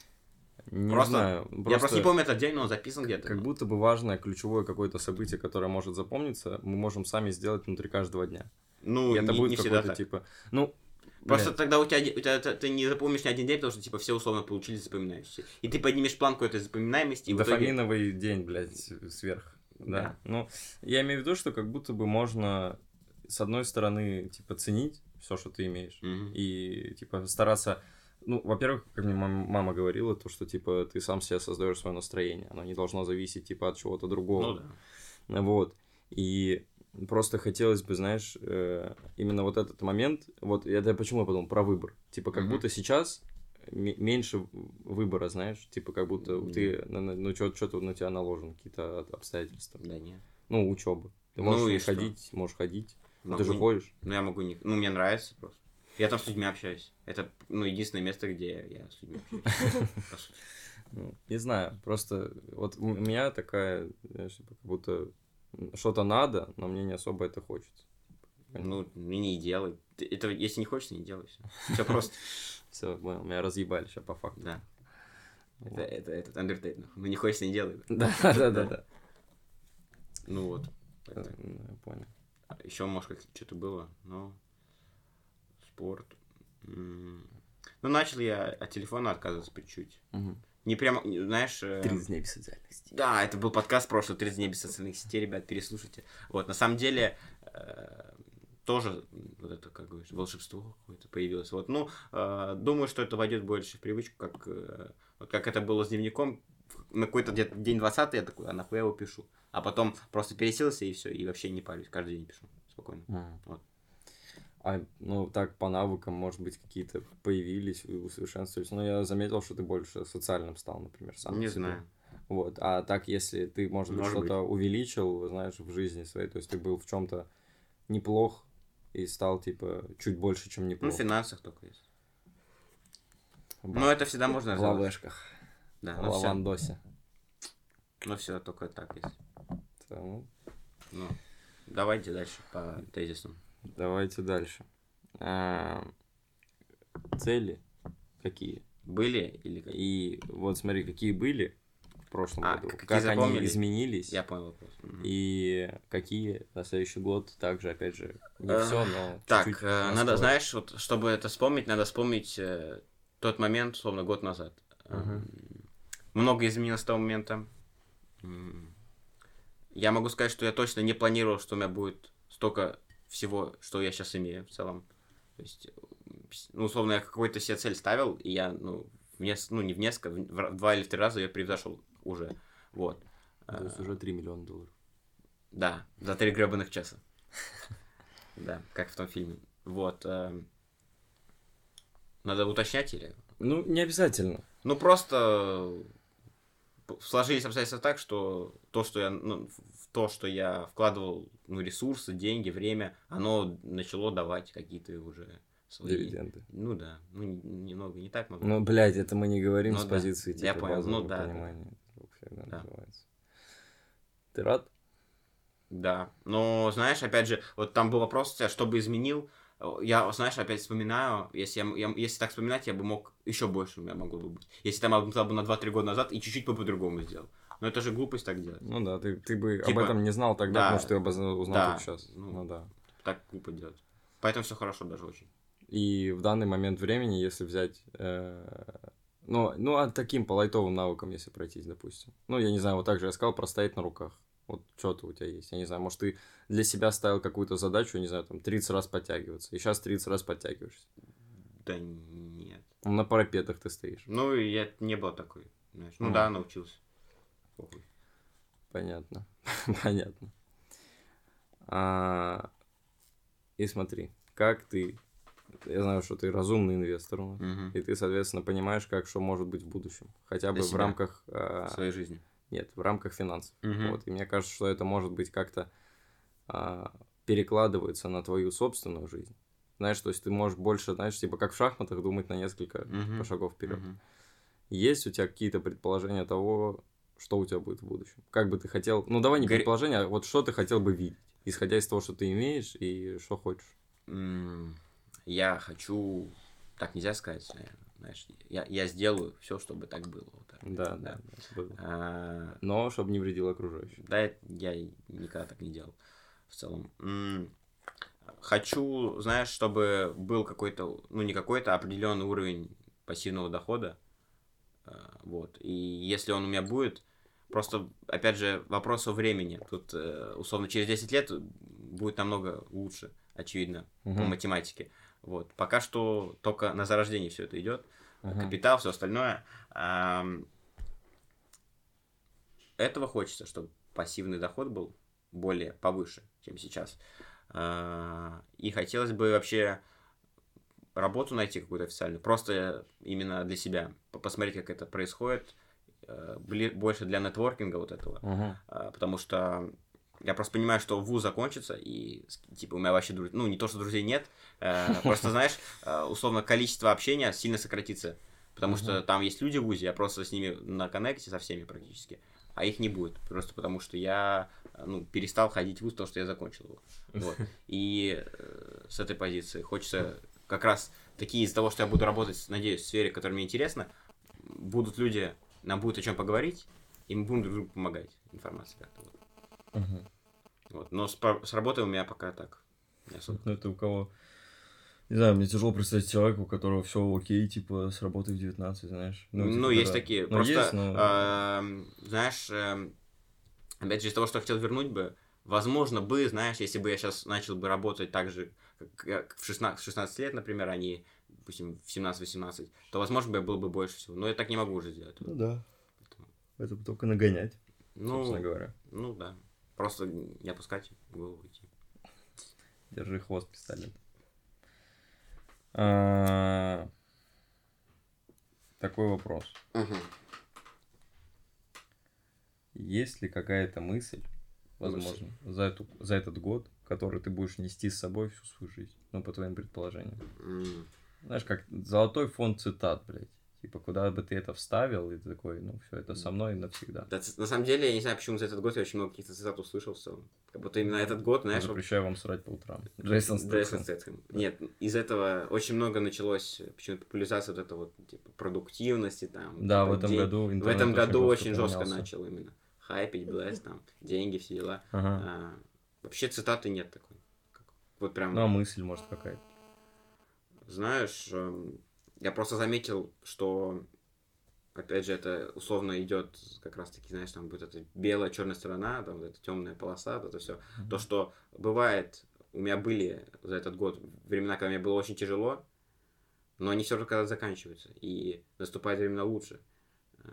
Не просто- знаю. я просто не помню этот день, но он записан где-то. Как будто бы важное, ключевое какое-то событие, которое может запомниться, мы можем сами сделать внутри каждого дня. Ну, И это не, будет не всегда какой-то так. типа... Ну, Просто блядь, тогда у тебя, у тебя ты, ты не запомнишь ни один день, потому что типа все условно получились запоминающиеся. И ты поднимешь планку этой запоминаемости, и в итоге... дофаминовый день, блядь, сверх. Да. Да. Ну, я имею в виду, что как будто бы можно, с одной стороны, типа, ценить все, что ты имеешь. Мгм. И, типа, стараться... Ну, во-первых, как мне мам- мама говорила, то, что, типа, ты сам себе создаешь свое настроение. Оно не должно зависеть, типа, от чего-то другого. Ну да. Вот. И просто хотелось бы, знаешь, э, именно вот этот момент, вот это почему я подумал про выбор. Типа, как Мгм. будто сейчас м- меньше выбора, знаешь, типа, как будто Мгм. ты, на- на- ну, что-то на тебя наложено, какие-то от- обстоятельства. Да нет. Ну, учеба. Ты Ну можешь и не что? ходить, можешь ходить. Но Могу ты же не- ходишь. Ну я могу не... Ну мне нравится просто. Я там с людьми общаюсь. Это, ну, единственное место, где я с людьми общаюсь. по сути. Ну, не знаю, просто вот у меня такая, знаешь, типа, как будто что-то надо, но мне не особо это хочется. Ну, ну, не делай. Ты- Это, если не хочешь, не делай. Все просто. Все, понял, меня разъебали сейчас по факту. Да. Вот. Это, это, этот Undertale. нахуй. Ну не хочешь, не делай. Да, да, да, да. Ну вот. Э, ну, я понял. Еще, может, как что-то было, но спорт. М. Ну, начал я от телефона отказываться по чуть-чуть. Мгм. Не прямо, не- знаешь... э, тридцать дней без социальных сетей. Да, это был подкаст прошлый, тридцать дней без социальных сетей, ребят, переслушайте. Вот, на самом деле, э, тоже, вот это, как говоришь, волшебство какое-то появилось. Вот, ну, э, думаю, что это войдет больше в привычку, как, э, вот как это было с дневником. На какой-то где-то день двадцатый я такой, а нахуй я его пишу. А потом просто пересилился и все, и вообще не парюсь, каждый день пишу, спокойно. Мгм. Вот. А, ну, так, по навыкам, может быть, какие-то появились, и усовершенствовались. Но я заметил, что ты больше социальным стал, например, сам. Не по себе. знаю. Вот. А так, если ты, может быть, Может что-то увеличил, знаешь, в жизни своей, то есть ты был в чем-то неплох и стал, типа, чуть больше, чем Ну, неплох. в финансах только есть. Ба- Но это всегда можно в сделать. лавешках, Да, в ну все. лавандосе. Ну все, только так есть. Да, ну, Ну, давайте дальше по тезисам. давайте дальше. А, цели какие? Были или как? И вот смотри, какие были в прошлом А, году, какие как они запомнились? изменились, Я понял вопрос. Мгм. и какие на следующий год также, опять же, не Э, все, но Так, чуть-чуть э, надо, настроить. знаешь, вот чтобы это вспомнить, надо вспомнить э, тот момент, словно год назад. Мгм. Эм, Много изменилось с того момента. М, Я могу сказать, что я точно не планировал, что у меня будет столько всего, что я сейчас имею в целом. То есть, м, с- ну, условно, я какой-то себе цель ставил, и я, ну, в нес- ну не в несколько, в в ра- два или в три раза я превзошел уже. Вот. То есть Э, уже три миллиона долларов. Да, за три гребаных часа. Да, как в том фильме. Вот. эм, Надо уточнять или... Ну, не обязательно. Ну, просто п- сложились обстоятельства так, что то, что я, ну, в то, что я вкладывал, ну, ресурсы, деньги, время, оно начало давать какие-то уже свои... Дивиденды. Ну да, ну н- немного, не так много. Ну, блядь, это мы не говорим Ну с да, позиции я типа понял, ну базового да, да. понимания. Это всегда Да. называется. Ты рад? Да, но, знаешь, опять же, вот там был вопрос у тебя, что бы изменил. Я, знаешь, опять вспоминаю, если, я, я- если так вспоминать, я бы мог, еще больше у меня могло бы быть. Если там я был бы на два-три года назад и чуть-чуть бы по-другому сделал. Но это же глупость так делать. Ну да, ты, ты бы об Типа, этом не знал тогда, да, потому что ты об этом узнал да, только сейчас. ну. Ну да. Так глупо делать. Поэтому все хорошо даже очень. И в данный момент времени, если взять, э, ну, ну, а таким по лайтовым навыкам, если пройтись, допустим. Ну, я не знаю, вот так же я сказал, простоять на руках. Вот что-то у тебя есть. Я не знаю, может, ты для себя ставил какую-то задачу, не знаю, там, тридцать раз подтягиваться, и сейчас тридцать раз подтягиваешься. Да нет. На парапетах ты стоишь. Ну, я не был такой, знаешь. Ну Mm. да, научился. Похуй. Понятно. Понятно. А... И смотри, как ты... Я знаю, что ты разумный инвестор, Мгм. и ты, соответственно, понимаешь, как что может быть в будущем. Хотя бы Для в себя. рамках... а, В своей жизни. Нет, в рамках финансов. Мгм. Вот. И мне кажется, что это может быть как-то а, перекладывается на твою собственную жизнь. Знаешь, то есть ты можешь больше, знаешь, типа как в шахматах думать на несколько Мгм. шагов вперед. Мгм. Есть у тебя какие-то предположения того, что у тебя будет в будущем? Как бы ты хотел... Ну, давай не Гори- предположения, а вот что ты хотел бы видеть, исходя из того, что ты имеешь и что хочешь. М, Я хочу... Так нельзя сказать, наверное. Знаешь, я, я сделаю все, чтобы так было. Вот так. Да, Да. да. да, было. А, Но, чтобы не вредил окружающим. Да, это я и никогда так не делал в целом. М, Хочу, знаешь, чтобы был какой-то, ну не какой-то, а определенный уровень пассивного дохода. А, Вот. И если он у меня будет, просто, опять же, вопрос о времени. Тут, э, условно, через десять лет будет намного лучше, очевидно, по Мгм. математике. Вот. Пока что только на зарождение все это идет. Мгм. Капитал, все остальное. Ам, Этого хочется, чтобы пассивный доход был более повыше, чем сейчас. А, И хотелось бы вообще работу найти какую-то официальную, просто именно для себя, по- посмотреть, как это происходит, э, бли- больше для нетворкинга вот этого, Мгм. А, потому что я просто понимаю, что вуз закончится, и, с- типа, у меня вообще, друз- ну, не то, что друзей нет, э, просто, знаешь, э, условно, количество общения сильно сократится, потому что Мгм. там есть люди в вузе, я просто с ними на коннекте, со всеми практически, а их не будет, просто потому что я, э, ну, перестал ходить в вуз, потому что я закончил его, вот, и э, с этой позиции хочется как раз такие из-за того, что я буду работать, надеюсь, в сфере, которая мне интересна, будут люди, нам будет о чем поговорить, и мы будем друг другу помогать информацией как-то. Вот. Мгм. Вот. Но с, по- с работой у меня пока так. Не особо. Ну, это у кого... Не знаю, мне тяжело представить человека, у которого все окей, типа, с работой в девятнадцать, знаешь. Ну, типа, есть когда- такие. Ну, Просто, есть, но... эм, знаешь, эм, опять же, из того, что я хотел вернуть бы, возможно бы, знаешь, если бы я сейчас начал бы работать так же, как я в шестнадцать, шестнадцать лет, например, а не, допустим, в семнадцать-восемнадцать, то, возможно, бы я был бы больше всего. Но я так не могу уже сделать. Ну да. Поэтому, Это бы только нагонять, ну, собственно говоря. ну да. Просто не опускать голову идти. Держи хвост, пистолет. А, Такой вопрос. Есть ли какая-то мысль, возможно, за, эту, за этот год, который ты будешь нести с собой всю свою жизнь? Ну, по твоим предположениям. М. Знаешь, как золотой фонд цитат, блядь. Типа, куда бы ты это вставил, и ты такой, ну, все это со мной навсегда. Да, ц- на самом деле, я не знаю, почему за этот год я очень много каких-то цитат услышал в целом. Как будто именно этот год, знаешь, вот- Запрещаю вам срать по утрам. Джейсон Джейсон Стэтхэм. Стэтхэм. Нет, из этого очень много началось почему-то популяризация вот этой вот типа продуктивности там. Да, типа, в этом день- году В интернет этом году жестко очень жестко поменялся. начал именно хайпить, блэс, там, деньги, все дела. Ага. А, вообще цитаты нет такой. Как- Вот прям, Ну, а мысль, может, какая-то. знаешь, эм, я просто заметил, что опять же, это условно идет как раз-таки, знаешь, там будет эта белая, черная сторона, там вот эта темная полоса, вот это все. Мгм. То, что бывает, у меня были за этот год времена, когда мне было очень тяжело, но они все равно когда заканчиваются, и наступает времена лучше. А,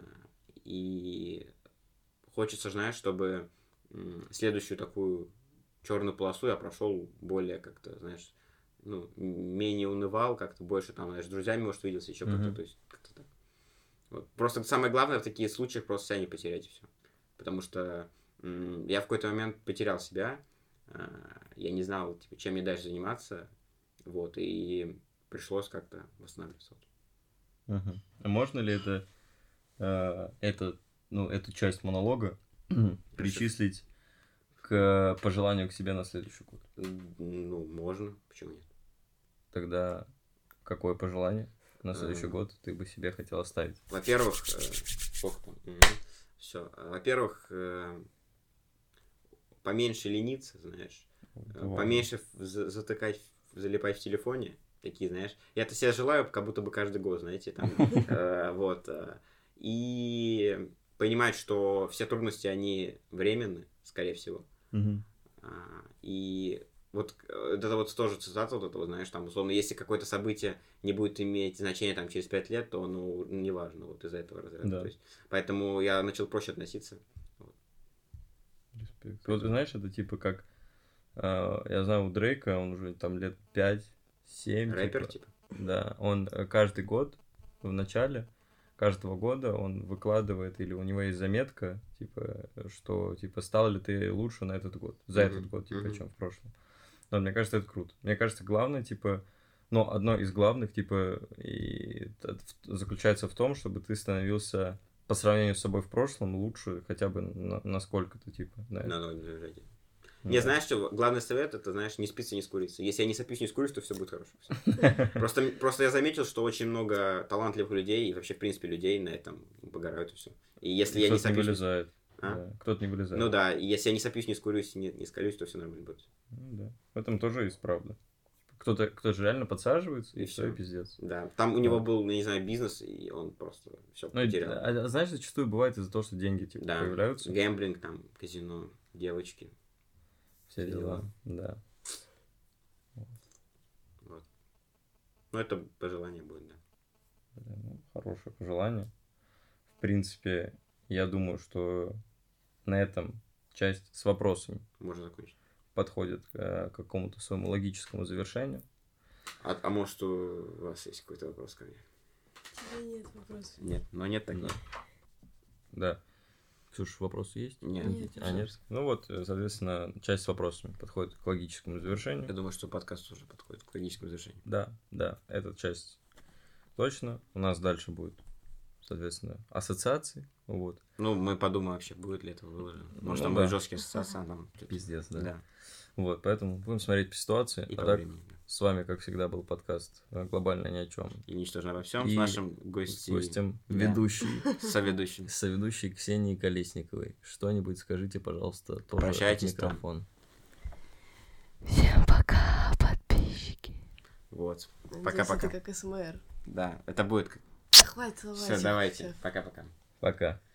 И хочется, знаешь, чтобы м, следующую такую черную полосу я прошел более как-то, знаешь, ну, менее унывал, как-то больше там, знаешь, с друзьями, может, виделся, еще как-то, Мгм. то есть как-то так. Вот. Просто самое главное в таких случаях просто себя не потерять и все. Потому что м, я в какой-то момент потерял себя, а, я не знал, типа, чем мне дальше заниматься, вот, и пришлось как-то восстанавливаться. Вот. Мгм. А можно ли это, э, это, ну, эту часть монолога причислить к пожеланию к себе на следующий год? М, Ну, можно, почему нет? Тогда какое пожелание на следующий А. год ты бы себе хотел оставить? Во-первых, э, сколько там? Все. Во-первых, э, поменьше лениться, знаешь. Это Э, важно. Поменьше в- за- затыкать, в- залипать в телефоне. Такие, знаешь. Я это себе желаю, как будто бы каждый год, знаете, там. э, Вот. э, И понимать, что все трудности, они временны, скорее всего. Мгм. А, И вот э, это вот тоже цитата вот этого, знаешь, там, условно, если какое-то событие не будет иметь значения там через пять лет, то, ну, неважно, вот из-за этого разряда. Да. То есть, поэтому я начал проще относиться. Респект. Вот знаешь, это типа как, а, я знаю, у Дрейка, он уже там лет пять-семь. Рэпер, типа. Да, он э, каждый год, в начале каждого года он выкладывает, или у него есть заметка, типа, что, типа, стал ли ты лучше на этот год, за Мгм, этот год, типа, мгм. чем в прошлом. Но мне кажется, это круто. Мне кажется, главное, типа, ну, одно из главных, типа, и т- в- заключается в том, чтобы ты становился по сравнению с собой в прошлом лучше хотя бы на, на сколько-то, типа, да. На ноль держать. Ну Не, да. знаешь что, главный совет, это, знаешь, не спиться, не скуриться. Если я не сопьюсь, не скурюсь, то все будет хорошо. Всё. Просто, просто я заметил, что очень много талантливых людей и вообще, в принципе, людей на этом выгорают и все. И если И я не кто-то не сопьюсь... не- вылезает. А? Да, кто-то не вылезает. Ну да, и если я не сопьюсь, не скурюсь, не, не скалюсь, то все нормально будет. Ну да. В этом тоже есть правда. Кто-то, кто же реально подсаживается, и, И все, и всё. пиздец. Да, там у него Да. был, я не знаю, бизнес, и он просто все Ну, и- потерял. а, а знаешь, зачастую бывает из-за того, что деньги, типа, Да, появляются. гэмблинг, там, казино, девочки. Все все дела. дела. Да. Вот. Ну, это пожелание будет, да. Блин, ну, хорошее пожелание. В принципе, я думаю, что на этом часть с вопросами Можно закончить. подходит к, э, к какому-то своему логическому завершению. А, а может, у вас есть какой-то вопрос ко мне? У меня нет вопросов. Нет, но нет, так Да. нет. Да. Ксюш, вопросы есть? Нет. Нет. А, нет? Ну вот, э, соответственно, часть с вопросами подходит к логическому завершению. Я думаю, что подкаст уже подходит к логическому завершению. Да, да, эта часть точно. У нас дальше будет, соответственно, ассоциации. Вот. Ну, мы подумаем вообще, будет ли это выложено. Может, Ну там да. будет жесткие ассоциации, а там... Пиздец, да. Да. Вот, поэтому будем смотреть по ситуации. И а по так, времени. да. с вами, как всегда, был подкаст э, «Глобально ни о чем». И ничтожно во всем И с нашим С гостем, гостем, Да. ведущий, соведущим. соведущей Ксенией Колесниковой. Что-нибудь скажите, пожалуйста, тоже Прощайтесь в там. микрофон. Всем пока, подписчики. Вот. Надеюсь, Пока-пока. это как СМР. Да, это будет... Да хватит, Все, давайте. Пока-пока. Пока.